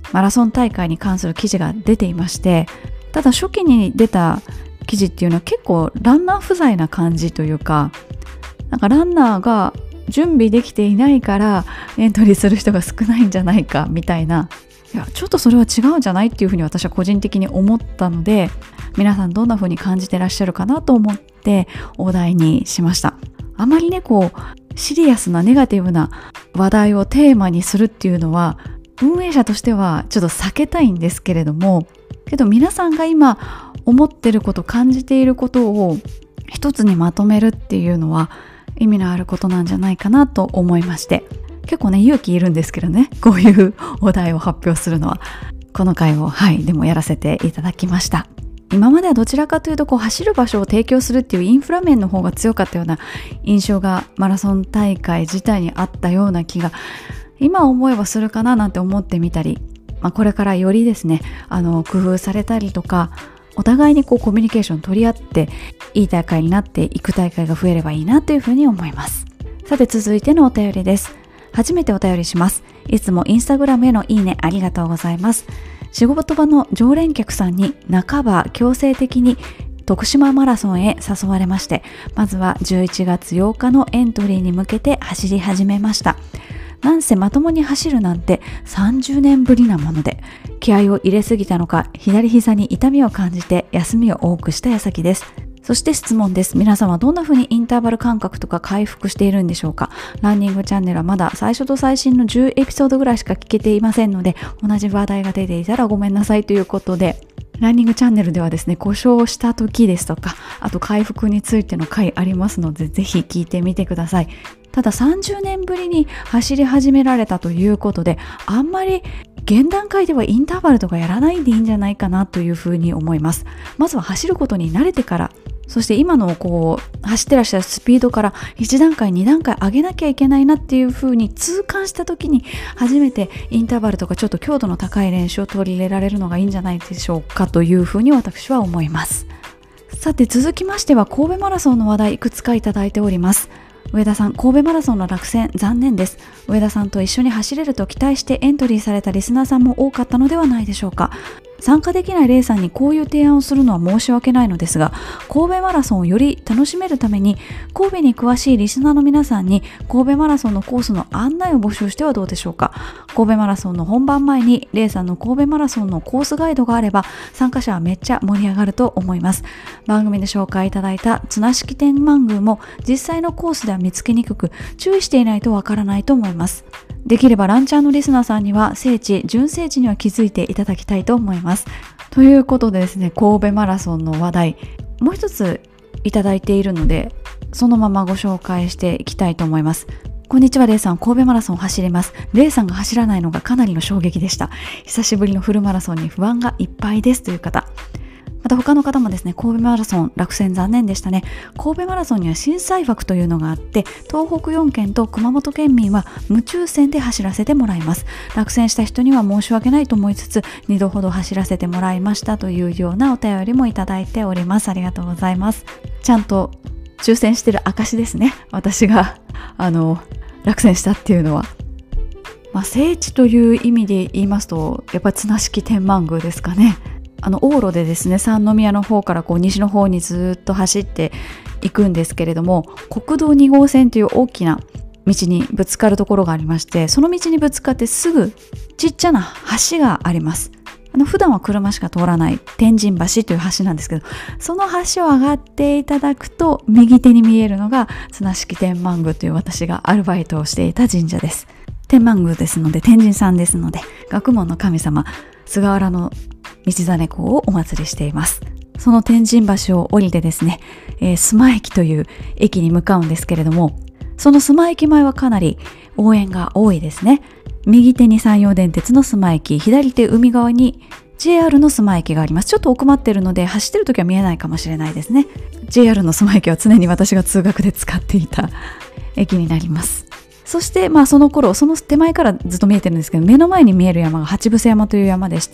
マラソン大会に関する記事が出ていまして、ただ初期に出た記事っていうのは結構ランナー不在な感じというか、なんかランナーが準備できていないからエントリーする人が少ないんじゃないかみたいな、いやちょっとそれは違うんじゃないっていうふうに私は個人的に思ったので、皆さんどんなふうに感じてらっしゃるかなと思ってお題にしました。あまりねシリアスなネガティブな話題をテーマにするっていうのは運営者としてはちょっと避けたいんですけれども、けど皆さんが今思ってること、感じていることを一つにまとめるっていうのは意味のあることなんじゃないかなと思いまして、結構ね勇気いるんですけどね、こういうお題を発表するのは。この回をでもやらせていただきました。今まではどちらかというと走る場所を提供するっていうインフラ面の方が強かったような印象がマラソン大会自体にあったような気が今思えばするかななんて思ってみたり、これからよりですね工夫されたりとか、お互いにコミュニケーション取り合っていい大会になっていく大会が増えればいいなというふうに思います。さて続いてのお便りです。初めてお便りします。いつもインスタグラムへのいいねありがとうございます。仕事場の常連客さんに半ば強制的に徳島マラソンへ誘われまして、まずは11月8日のエントリーに向けて走り始めました。なんせまともに走るなんて30年ぶりなもので、気合を入れすぎたのか左膝に痛みを感じて休みを多くした矢先です。そして質問です。皆さんはどんな風にインターバル感覚とか回復しているんでしょうか。ランニングチャンネルはまだ最初と最新の10エピソードぐらいしか聞けていませんので、同じ話題が出ていたらごめんなさいということで、ランニングチャンネルではですね、故障した時ですとか、あと回復についての回ありますので、ぜひ聞いてみてください。ただ30年ぶりに走り始められたということで、あんまり現段階ではインターバルとかやらないでいいんじゃないかなというふうに思います。まずは走ることに慣れてから、そして今の走ってらっしゃるスピードから1段階2段階上げなきゃいけないなっていう風に痛感した時に初めてインターバルとかちょっと強度の高い練習を取り入れられるのがいいんじゃないでしょうかという風に私は思います。さて続きましては神戸マラソンの話題いくつかいただいております。上田さん、神戸マラソンの落選残念です。上田さんと一緒に走れると期待してエントリーされたリスナーさんも多かったのではないでしょうか。参加できないレーサーにこういう提案をするのは申し訳ないのですが、神戸マラソンをより楽しめるために神戸に詳しいリスナーの皆さんに神戸マラソンのコースの案内を募集してはどうでしょうか。神戸マラソンの本番前にレーサーの神戸マラソンのコースガイドがあれば参加者はめっちゃ盛り上がると思います。番組で紹介いただいた綱敷天満宮も実際のコースでは見つけにくく、注意していないとわからないと思います。できればランチャーのリスナーさんには聖地、純聖地には気づいていただきたいと思います。ということでですね、神戸マラソンの話題もう一ついただいているので、そのままご紹介していきたいと思います。こんにちは、レイさん。神戸マラソンを走ります。レイさんが走らないのがかなりの衝撃でした。久しぶりのフルマラソンに不安がいっぱいですという方。また他の方もですね、神戸マラソン落選残念でしたね。神戸マラソンには震災枠というのがあって、東北4県と熊本県民は無抽選で走らせてもらいます。落選した人には申し訳ないと思いつつ、2度ほど走らせてもらいましたというようなお便りもいただいております。ありがとうございます。ちゃんと抽選してる証ですね。私が落選したっていうのは。聖地という意味で言いますと、やっぱり綱敷天満宮ですかね。往路でですね、三宮の方から西の方にずっと走っていくんですけれども、国道2号線という大きな道にぶつかるところがありまして、その道にぶつかってすぐちっちゃな橋があります。普段は車しか通らない天神橋という橋なんですけど、その橋を上がっていただくと右手に見えるのが綱敷天満宮という私がアルバイトをしていた神社です。天満宮ですので、天神さんですので、学問の神様菅原の道真公をお祭りしています。その天神橋を降りてですね、須磨駅という駅に向かうんですけれども、その須磨駅前はかなり応援が多いですね。右手に山陽電鉄の須磨駅、左手海側に JR の須磨駅があります。ちょっと奥まってるので走ってる時は見えないかもしれないですね。JR の須磨駅は常に私が通学で使っていた駅になります。そしてその頃、その手前からずっと見えてるんですけど、目の前に見える山が八伏山という山でして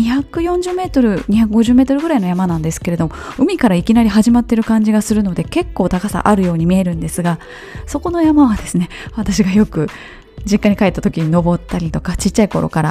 、240メートル、250メートルぐらいの山なんですけれども、海からいきなり始まってる感じがするので結構高さあるように見えるんですが、そこの山はですね、私がよく実家に帰った時に登ったりとか、ちっちゃい頃から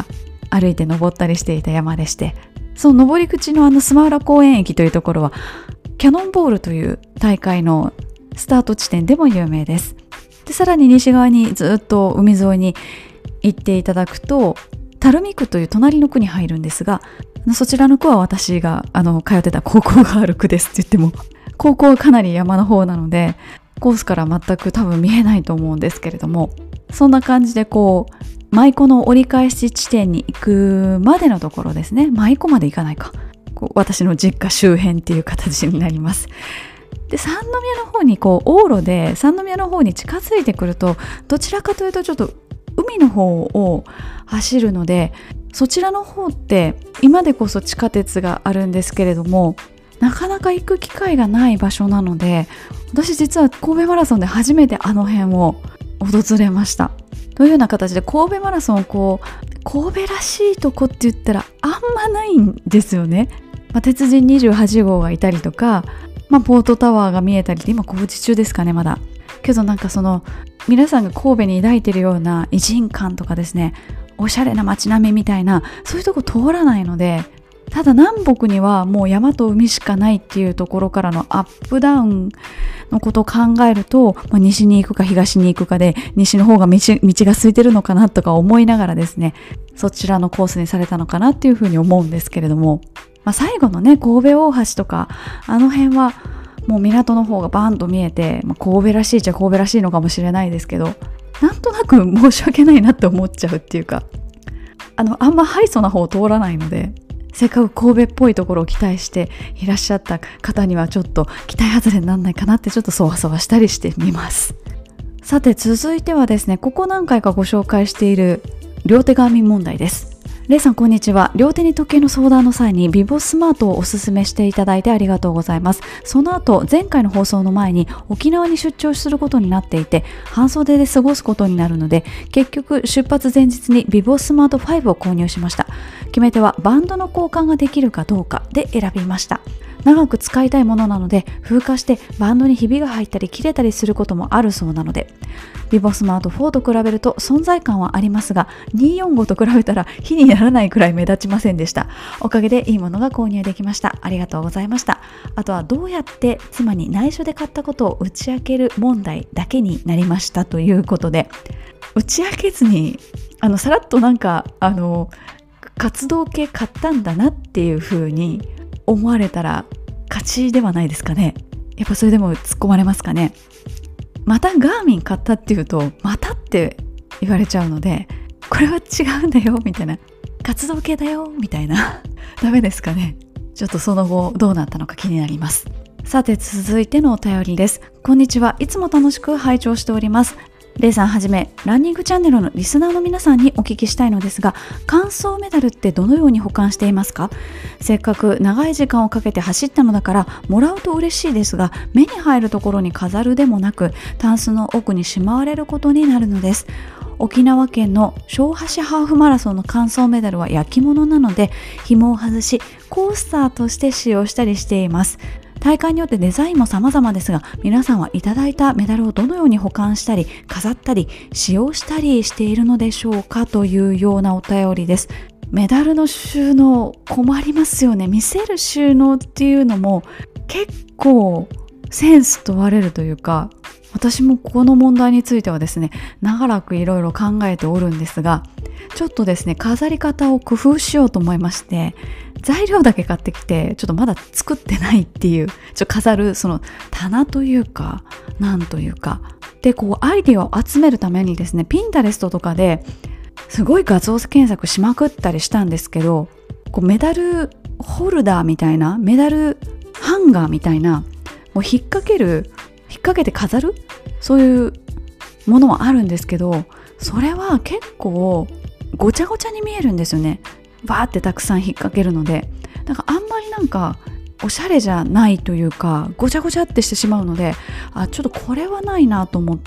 歩いて登ったりしていた山でして、その登り口のスマウラ公園駅というところはキャノンボールという大会のスタート地点でも有名です。でさらに西側にずっと海沿いに行っていただくと垂水区という隣の区に入るんですが、そちらの区は私が通ってた高校がある区ですって言っても、高校はかなり山の方なのでコースから全く多分見えないと思うんですけれども、そんな感じで舞妓の折り返し地点に行くまでのところですね。舞妓まで行かないか、私の実家周辺っていう形になります。で三宮の方に往路で三宮の方に近づいてくると、どちらかというとちょっと海の方を走るので、そちらの方って今でこそ地下鉄があるんですけれども、なかなか行く機会がない場所なので、私実は神戸マラソンで初めてあの辺を訪れました。というような形で神戸マラソン神戸らしいとこって言ったらあんまないんですよね。鉄人28号がいたりとか、ポートタワーが見えたりで、今工事中ですかねまだ。けど皆さんが神戸に抱いてるような異人館とかですね、おしゃれな街並みみたいなそういうとこ通らないので、ただ南北にはもう山と海しかないっていうところからのアップダウンのことを考えると、西に行くか東に行くかで西の方が道が空いてるのかなとか思いながらですね、そちらのコースにされたのかなっていうふうに思うんですけれども、最後のね神戸大橋とかあの辺はもう港の方がバーンと見えて、神戸らしいっちゃ神戸らしいのかもしれないですけど、なんとなく申し訳ないなって思っちゃうっていうか、あんまハイソな方を通らないので、せっかく神戸っぽいところを期待していらっしゃった方にはちょっと期待外れにならないかなってちょっとそわそわしたりしてみます。さて続いてはですね、ここ何回かご紹介している両手ガーミン問題です。レイさんこんにちは。両手に時計の相談の際にビボスマートをおすすめしていただいてありがとうございます。その後前回の放送の前に沖縄に出張することになっていて、半袖で過ごすことになるので、結局出発前日にビボスマート5を購入しました。決め手はバンドの交換ができるかどうかで選びました。長く使いたいものなので、風化してバンドにひびが入ったり切れたりすることもあるそうなので、ビボスマート4と比べると存在感はありますが、245と比べたら比にならないくらい目立ちませんでした。おかげでいいものが購入できました。ありがとうございました。あとはどうやって妻に内緒で買ったことを打ち明ける問題だけになりましたということで、打ち明けずにさらっと活動系買ったんだなっていう風に思われたら勝ちではないですかね。やっぱそれでも突っ込まれますかね。またガーミン買ったっていうとまたって言われちゃうので、これは違うんだよみたいな、活動系だよみたいなダメですかね。ちょっとその後どうなったのか気になります。さて続いてのお便りです。こんにちは。いつも楽しく拝聴しております。レイさんはじめランニングチャンネルのリスナーの皆さんにお聞きしたいのですが、完走メダルってどのように保管していますか？せっかく長い時間をかけて走ったのだからもらうと嬉しいですが、目に入るところに飾るでもなくタンスの奥にしまわれることになるのです。沖縄県の小橋ハーフマラソンの完走メダルは焼き物なので、紐を外しコースターとして使用したりしています。大会によってデザインも様々ですが、皆さんはいただいたメダルをどのように保管したり飾ったり使用したりしているのでしょうか、というようなお便りです。メダルの収納困りますよね。見せる収納っていうのも結構センス問われるというか、私もこの問題についてはですね、長らくいろいろ考えておるんですが、ちょっとですね飾り方を工夫しようと思いまして、材料だけ買ってきてちょっとまだ作ってないっていう、飾るその棚というかなんというかで、アイディアを集めるためにですね、ピンタレストとかですごい画像検索しまくったりしたんですけど、メダルホルダーみたいな、メダルハンガーみたいな、もう引っ掛けて飾る、そういうものはあるんですけど、それは結構ごちゃごちゃに見えるんですよね。バーってたくさん引っ掛けるので、あんまりおしゃれじゃないというか、ごちゃごちゃってしてしまうので、ちょっとこれはないなと思って、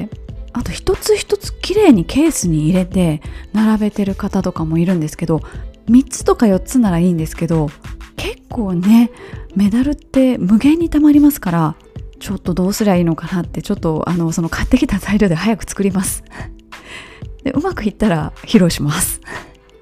あと一つ一つきれいにケースに入れて並べてる方とかもいるんですけど、3つとか4つならいいんですけど、結構ねメダルって無限にたまりますから、ちょっとどうすりゃいいのかなって、ちょっとその買ってきた材料で早く作りますでうまくいったら披露します。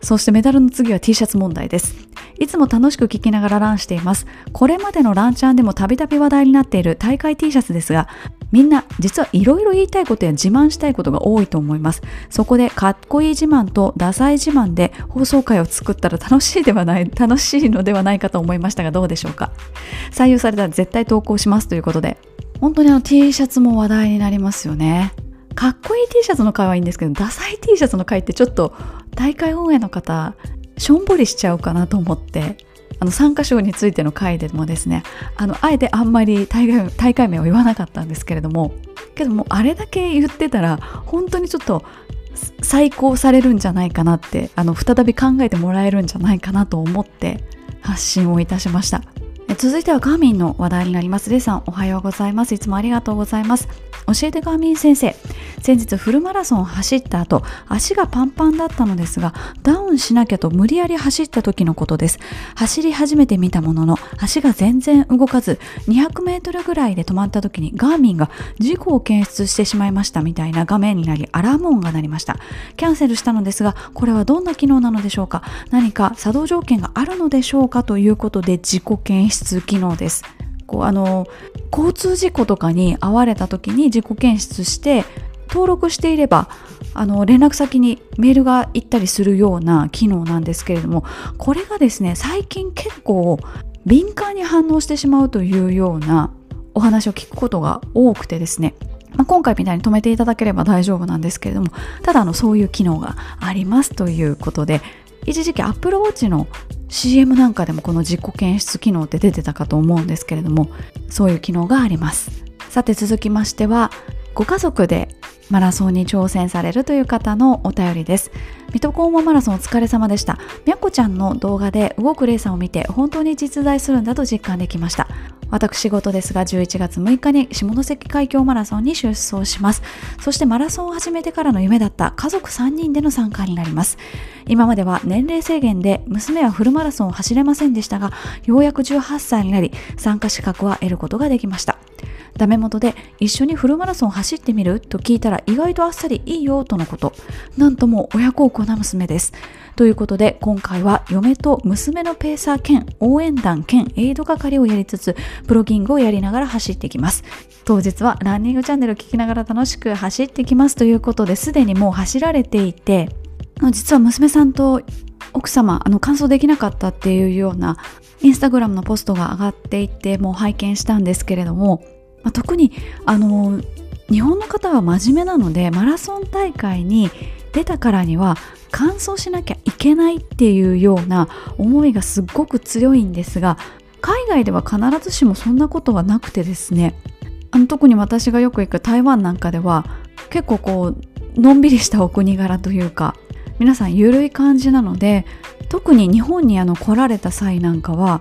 そしてメダルの次は T シャツ問題です。いつも楽しく聞きながらランしています。これまでのランチャンでもたびたび話題になっている大会 T シャツですが、みんな実はいろいろ言いたいことや自慢したいことが多いと思います。そこでかっこいい自慢とダサい自慢で放送回を作ったら楽しいのではないかと思いましたが、どうでしょうか。採用されたら絶対投稿しますということで、本当にT シャツも話題になりますよね。かっこいい T シャツの回はいいんですけど、ダサい T シャツの回ってちょっと大会運営の方しょんぼりしちゃうかなと思って、参加賞についての回でもですね、あえてあんまり大会名を言わなかったんですけれども、あれだけ言ってたら本当にちょっと再考されるんじゃないかなって、再び考えてもらえるんじゃないかなと思って発信をいたしました。続いてはガーミンの話題になります。レイさん、おはようございます。いつもありがとうございます。教えてガーミン先生、先日フルマラソンを走った後、足がパンパンだったのですが、ダウンしなきゃと無理やり走った時のことです。走り始めてみたものの、足が全然動かず、200メートルぐらいで止まった時にガーミンが事故を検出してしまいましたみたいな画面になり、アラーム音が鳴りました。キャンセルしたのですが、これはどんな機能なのでしょうか。何か作動条件があるのでしょうかということで、事故検出機能です。交通事故とかに遭われた時に自己検出して登録していれば連絡先にメールが行ったりするような機能なんですけれども、これがですね、最近結構敏感に反応してしまうというようなお話を聞くことが多くてですね、今回みたいに止めていただければ大丈夫なんですけれども、ただそういう機能がありますということで、一時期 Apple Watch の CM なんかでもこの自己検出機能って出てたかと思うんですけれども、そういう機能があります。さて続きましては、ご家族でマラソンに挑戦されるという方のお便りです。水戸黄門マラソンお疲れ様でした。みゃこちゃんの動画で動くレーサーを見て本当に実在するんだと実感できました。私事ですが11月6日に下関海峡マラソンに出走します。そしてマラソンを始めてからの夢だった家族3人での参加になります。今までは年齢制限で娘はフルマラソンを走れませんでしたが、ようやく18歳になり参加資格は得ることができました。ダメ元で一緒にフルマラソン走ってみると聞いたら意外とあっさりいいよとのこと。なんとも親孝行な娘です。ということで今回は嫁と娘のペーサー兼応援団兼エイド係をやりつつプロギングをやりながら走っていきます。当日はランニングチャンネルを聞きながら楽しく走っていきますということで、すでにもう走られていて、実は娘さんと奥様完走できなかったっていうようなインスタグラムのポストが上がっていて、もう拝見したんですけれども、特に日本の方は真面目なので、マラソン大会に出たからには完走しなきゃいけないっていうような思いがすっごく強いんですが、海外では必ずしもそんなことはなくてですね、特に私がよく行く台湾なんかでは結構のんびりしたお国柄というか、皆さん緩い感じなので、特に日本に来られた際なんかは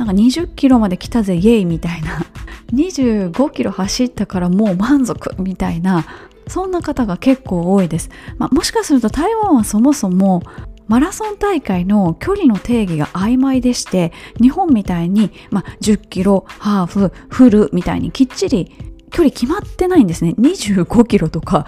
20キロまで来たぜイエイみたいな、25キロ走ったからもう満足みたいな、そんな方が結構多いです。もしかすると台湾はそもそもマラソン大会の距離の定義が曖昧でして、日本みたいに、10キロ、ハーフ、フルみたいにきっちり距離決まってないんですね。25キロとか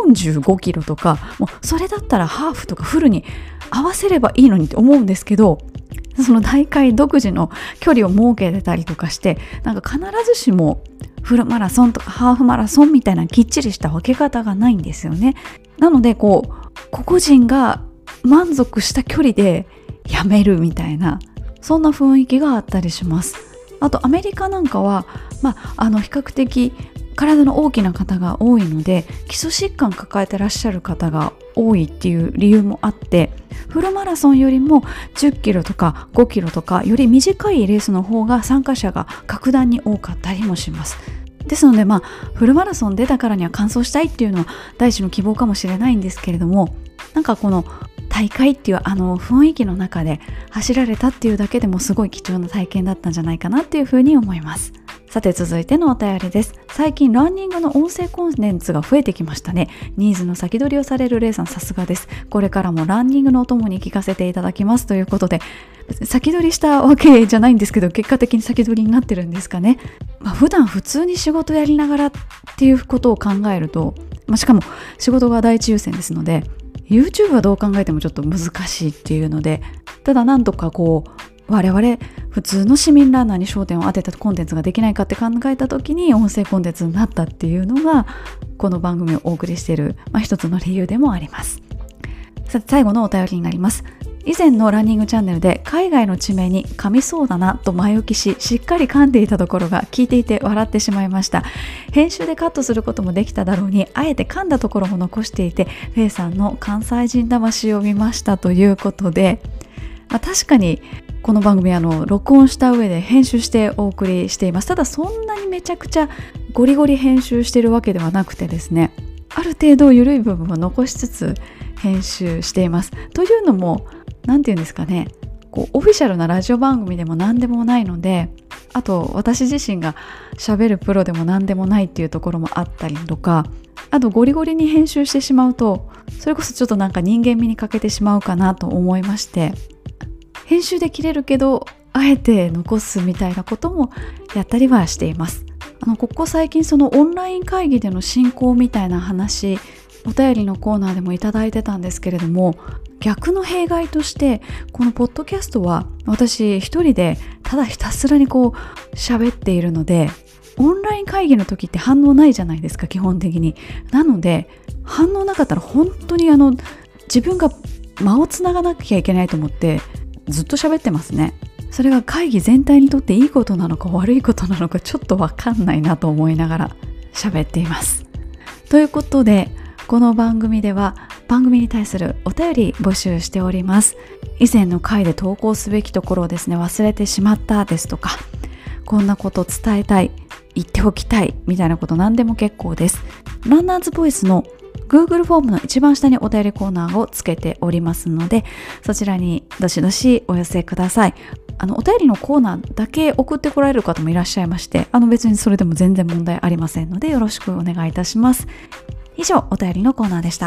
45キロとか、もうそれだったらハーフとかフルに合わせればいいのにって思うんですけど、その大会独自の距離を設けてたりとかして、必ずしもフルマラソンとかハーフマラソンみたいなきっちりした分け方がないんですよね。なので個々人が満足した距離でやめるみたいな、そんな雰囲気があったりします。あとアメリカなんかは、比較的体の大きな方が多いので、基礎疾患抱えてらっしゃる方が多いっていう理由もあって、フルマラソンよりも10キロとか5キロとかより短いレースの方が参加者が格段に多かったりもします。ですのでフルマラソン出たからには完走したいっていうのは第一の希望かもしれないんですけれども、この大会っていう雰囲気の中で走られたっていうだけでもすごい貴重な体験だったんじゃないかなっていうふうに思います。さて続いてのお便りです。最近ランニングの音声コンテンツが増えてきましたね。ニーズの先取りをされるレイさん、さすがです。これからもランニングのお供に聞かせていただきますということで、先取りしたわけじゃないんですけど、結果的に先取りになってるんですかね。普段普通に仕事やりながらっていうことを考えると、しかも仕事が第一優先ですので、 YouTube はどう考えてもちょっと難しいっていうので、ただなんとか我々普通の市民ランナーに焦点を当てたコンテンツができないかって考えた時に音声コンテンツになったっていうのがこの番組をお送りしている、一つの理由でもあります。さて最後のお便りになります。以前のランニングチャンネルで海外の地名に噛みそうだなと前置きしっかり噛んでいたところが聞いていて笑ってしまいました。編集でカットすることもできただろうにあえて噛んだところも残していてフェイさんの関西人魂を見ましたということで、確かにこの番組録音した上で編集してお送りしています。ただそんなにめちゃくちゃゴリゴリ編集しているわけではなくてですね、ある程度緩い部分を残しつつ編集しています。というのもなんていうんですかね、オフィシャルなラジオ番組でも何でもないので、あと私自身が喋るプロでも何でもないっていうところもあったりとか、あとゴリゴリに編集してしまうとそれこそちょっとなんか人間味に欠けてしまうかなと思いまして、編集で切れるけどあえて残すみたいなこともやったりはしています。ここ最近そのオンライン会議での進行みたいな話、お便りのコーナーでもいただいてたんですけれども、逆の弊害としてこのポッドキャストは私一人でただひたすらに喋っているので、オンライン会議の時って反応ないじゃないですか、基本的に。なので反応なかったら本当に自分が間をつながなきゃいけないと思ってずっと喋ってますね。それが会議全体にとっていいことなのか悪いことなのかちょっとわかんないなと思いながら喋っています。ということでこの番組では番組に対するお便り募集しております。以前の回で投稿すべきところをですね忘れてしまったですとか、こんなこと伝えたい、言っておきたいみたいなこと何でも結構です。ランナーズボイスの Google フォームの一番下にお便りコーナーをつけておりますので、そちらにどしどしお寄せください。お便りのコーナーだけ送ってこられる方もいらっしゃいまして、別にそれでも全然問題ありませんのでよろしくお願いいたします。以上、お便りのコーナーでした。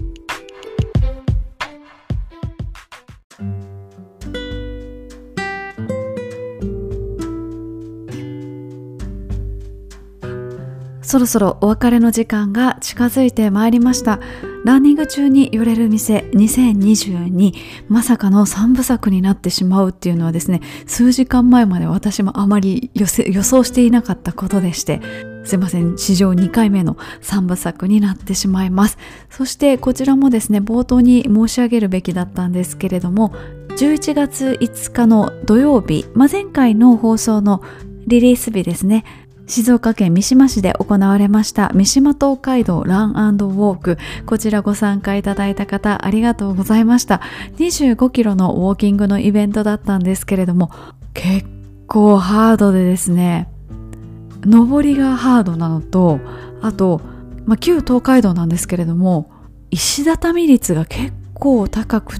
そろそろお別れの時間が近づいてまいりました。ランニング中に寄れる店2022、まさかの3部作になってしまうっていうのはですね、数時間前まで私もあまり予想していなかったことでして、すいません、史上2回目の3部作になってしまいます。そしてこちらもですね、冒頭に申し上げるべきだったんですけれども、11月5日の土曜日、前回の放送のリリース日ですね、静岡県三島市で行われました三島東海道ラン&ウォーク、こちらご参加いただいた方ありがとうございました。25キロのウォーキングのイベントだったんですけれども、結構ハードでですね、上りがハードなのと、あと、旧東海道なんですけれども石畳率が結構高くって、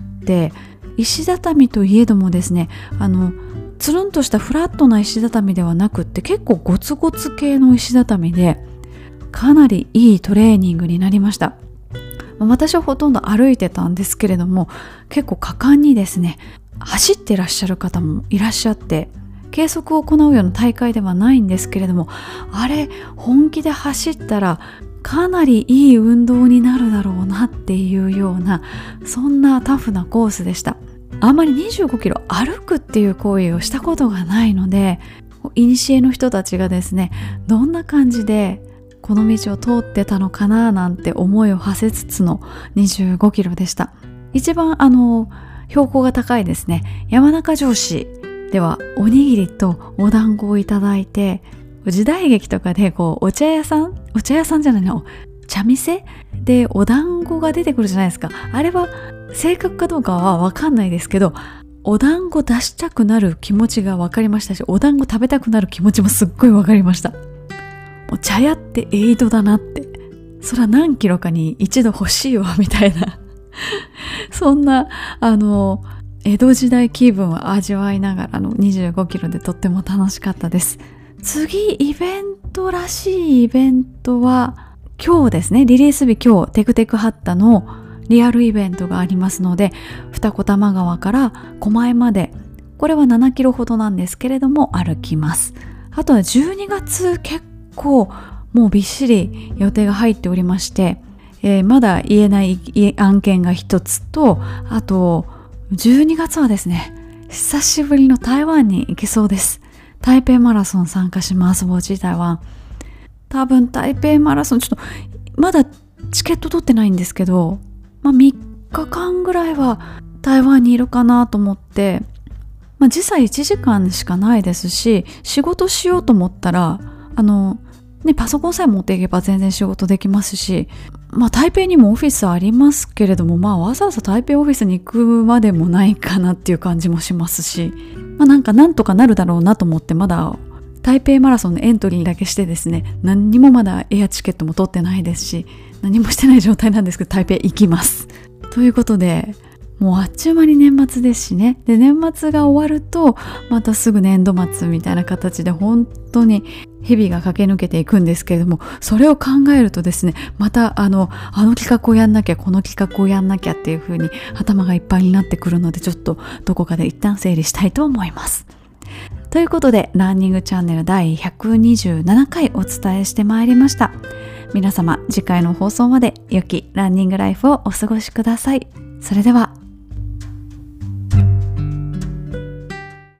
石畳といえどもですね、つるんとしたフラットな石畳ではなくって結構ゴツゴツ系の石畳で、かなりいいトレーニングになりました。私はほとんど歩いてたんですけれども、結構果敢にですね走ってらっしゃる方もいらっしゃって、計測を行うような大会ではないんですけれども、あれ本気で走ったらかなりいい運動になるだろうなっていうような、そんなタフなコースでした。あんまり25キロ歩くっていう行為をしたことがないので、古の人たちがですねどんな感じでこの道を通ってたのかななんて思いを馳せつつの25キロでした。一番標高が高いですね、山中城市ではおにぎりとお団子をいただいて、時代劇とかでお茶屋さんじゃないの、茶店でお団子が出てくるじゃないですか。あれは正確かどうかは分かんないですけど、お団子出したくなる気持ちが分かりましたし、お団子食べたくなる気持ちもすっごい分かりました。もう茶屋ってエイドだなって、それは何キロかに一度欲しいわみたいなそんな江戸時代気分を味わいながらの25キロでとっても楽しかったです。次イベントらしいイベントは今日ですね、リリース日今日、テクテクハッタのリアルイベントがありますので、二子玉川から狛江まで、これは7キロほどなんですけれども歩きます。あとは12月結構もうびっしり予定が入っておりまして、 まだ言えない案件が一つと、あと12月はですね、久しぶりの台湾に行けそうです。台北マラソン参加します。台湾。多分台北マラソンちょっとまだチケット取ってないんですけど、3日間ぐらいは台湾にいるかなと思って、時差1時間しかないですし、仕事しようと思ったらパソコンさえ持っていけば全然仕事できますし、台北にもオフィスありますけれども、わざわざ台北オフィスに行くまでもないかなっていう感じもしますし、なんとかなるだろうなと思って、まだ台北マラソンのエントリーだけしてですね、何にもまだエアチケットも取ってないですし、何もしてない状態なんですけど、台北行きます。ということで、もうあっちゅう間に年末ですしね。で、年末が終わるとまたすぐ年度末みたいな形で本当に日々が駆け抜けていくんですけれども、それを考えるとですね、またあの企画をやんなきゃ、この企画をやんなきゃっていう風に頭がいっぱいになってくるので、ちょっとどこかで一旦整理したいと思います。ということで、ランニングチャンネル第127回お伝えしてまいりました。皆様、次回の放送まで良きランニングライフをお過ごしください。それでは。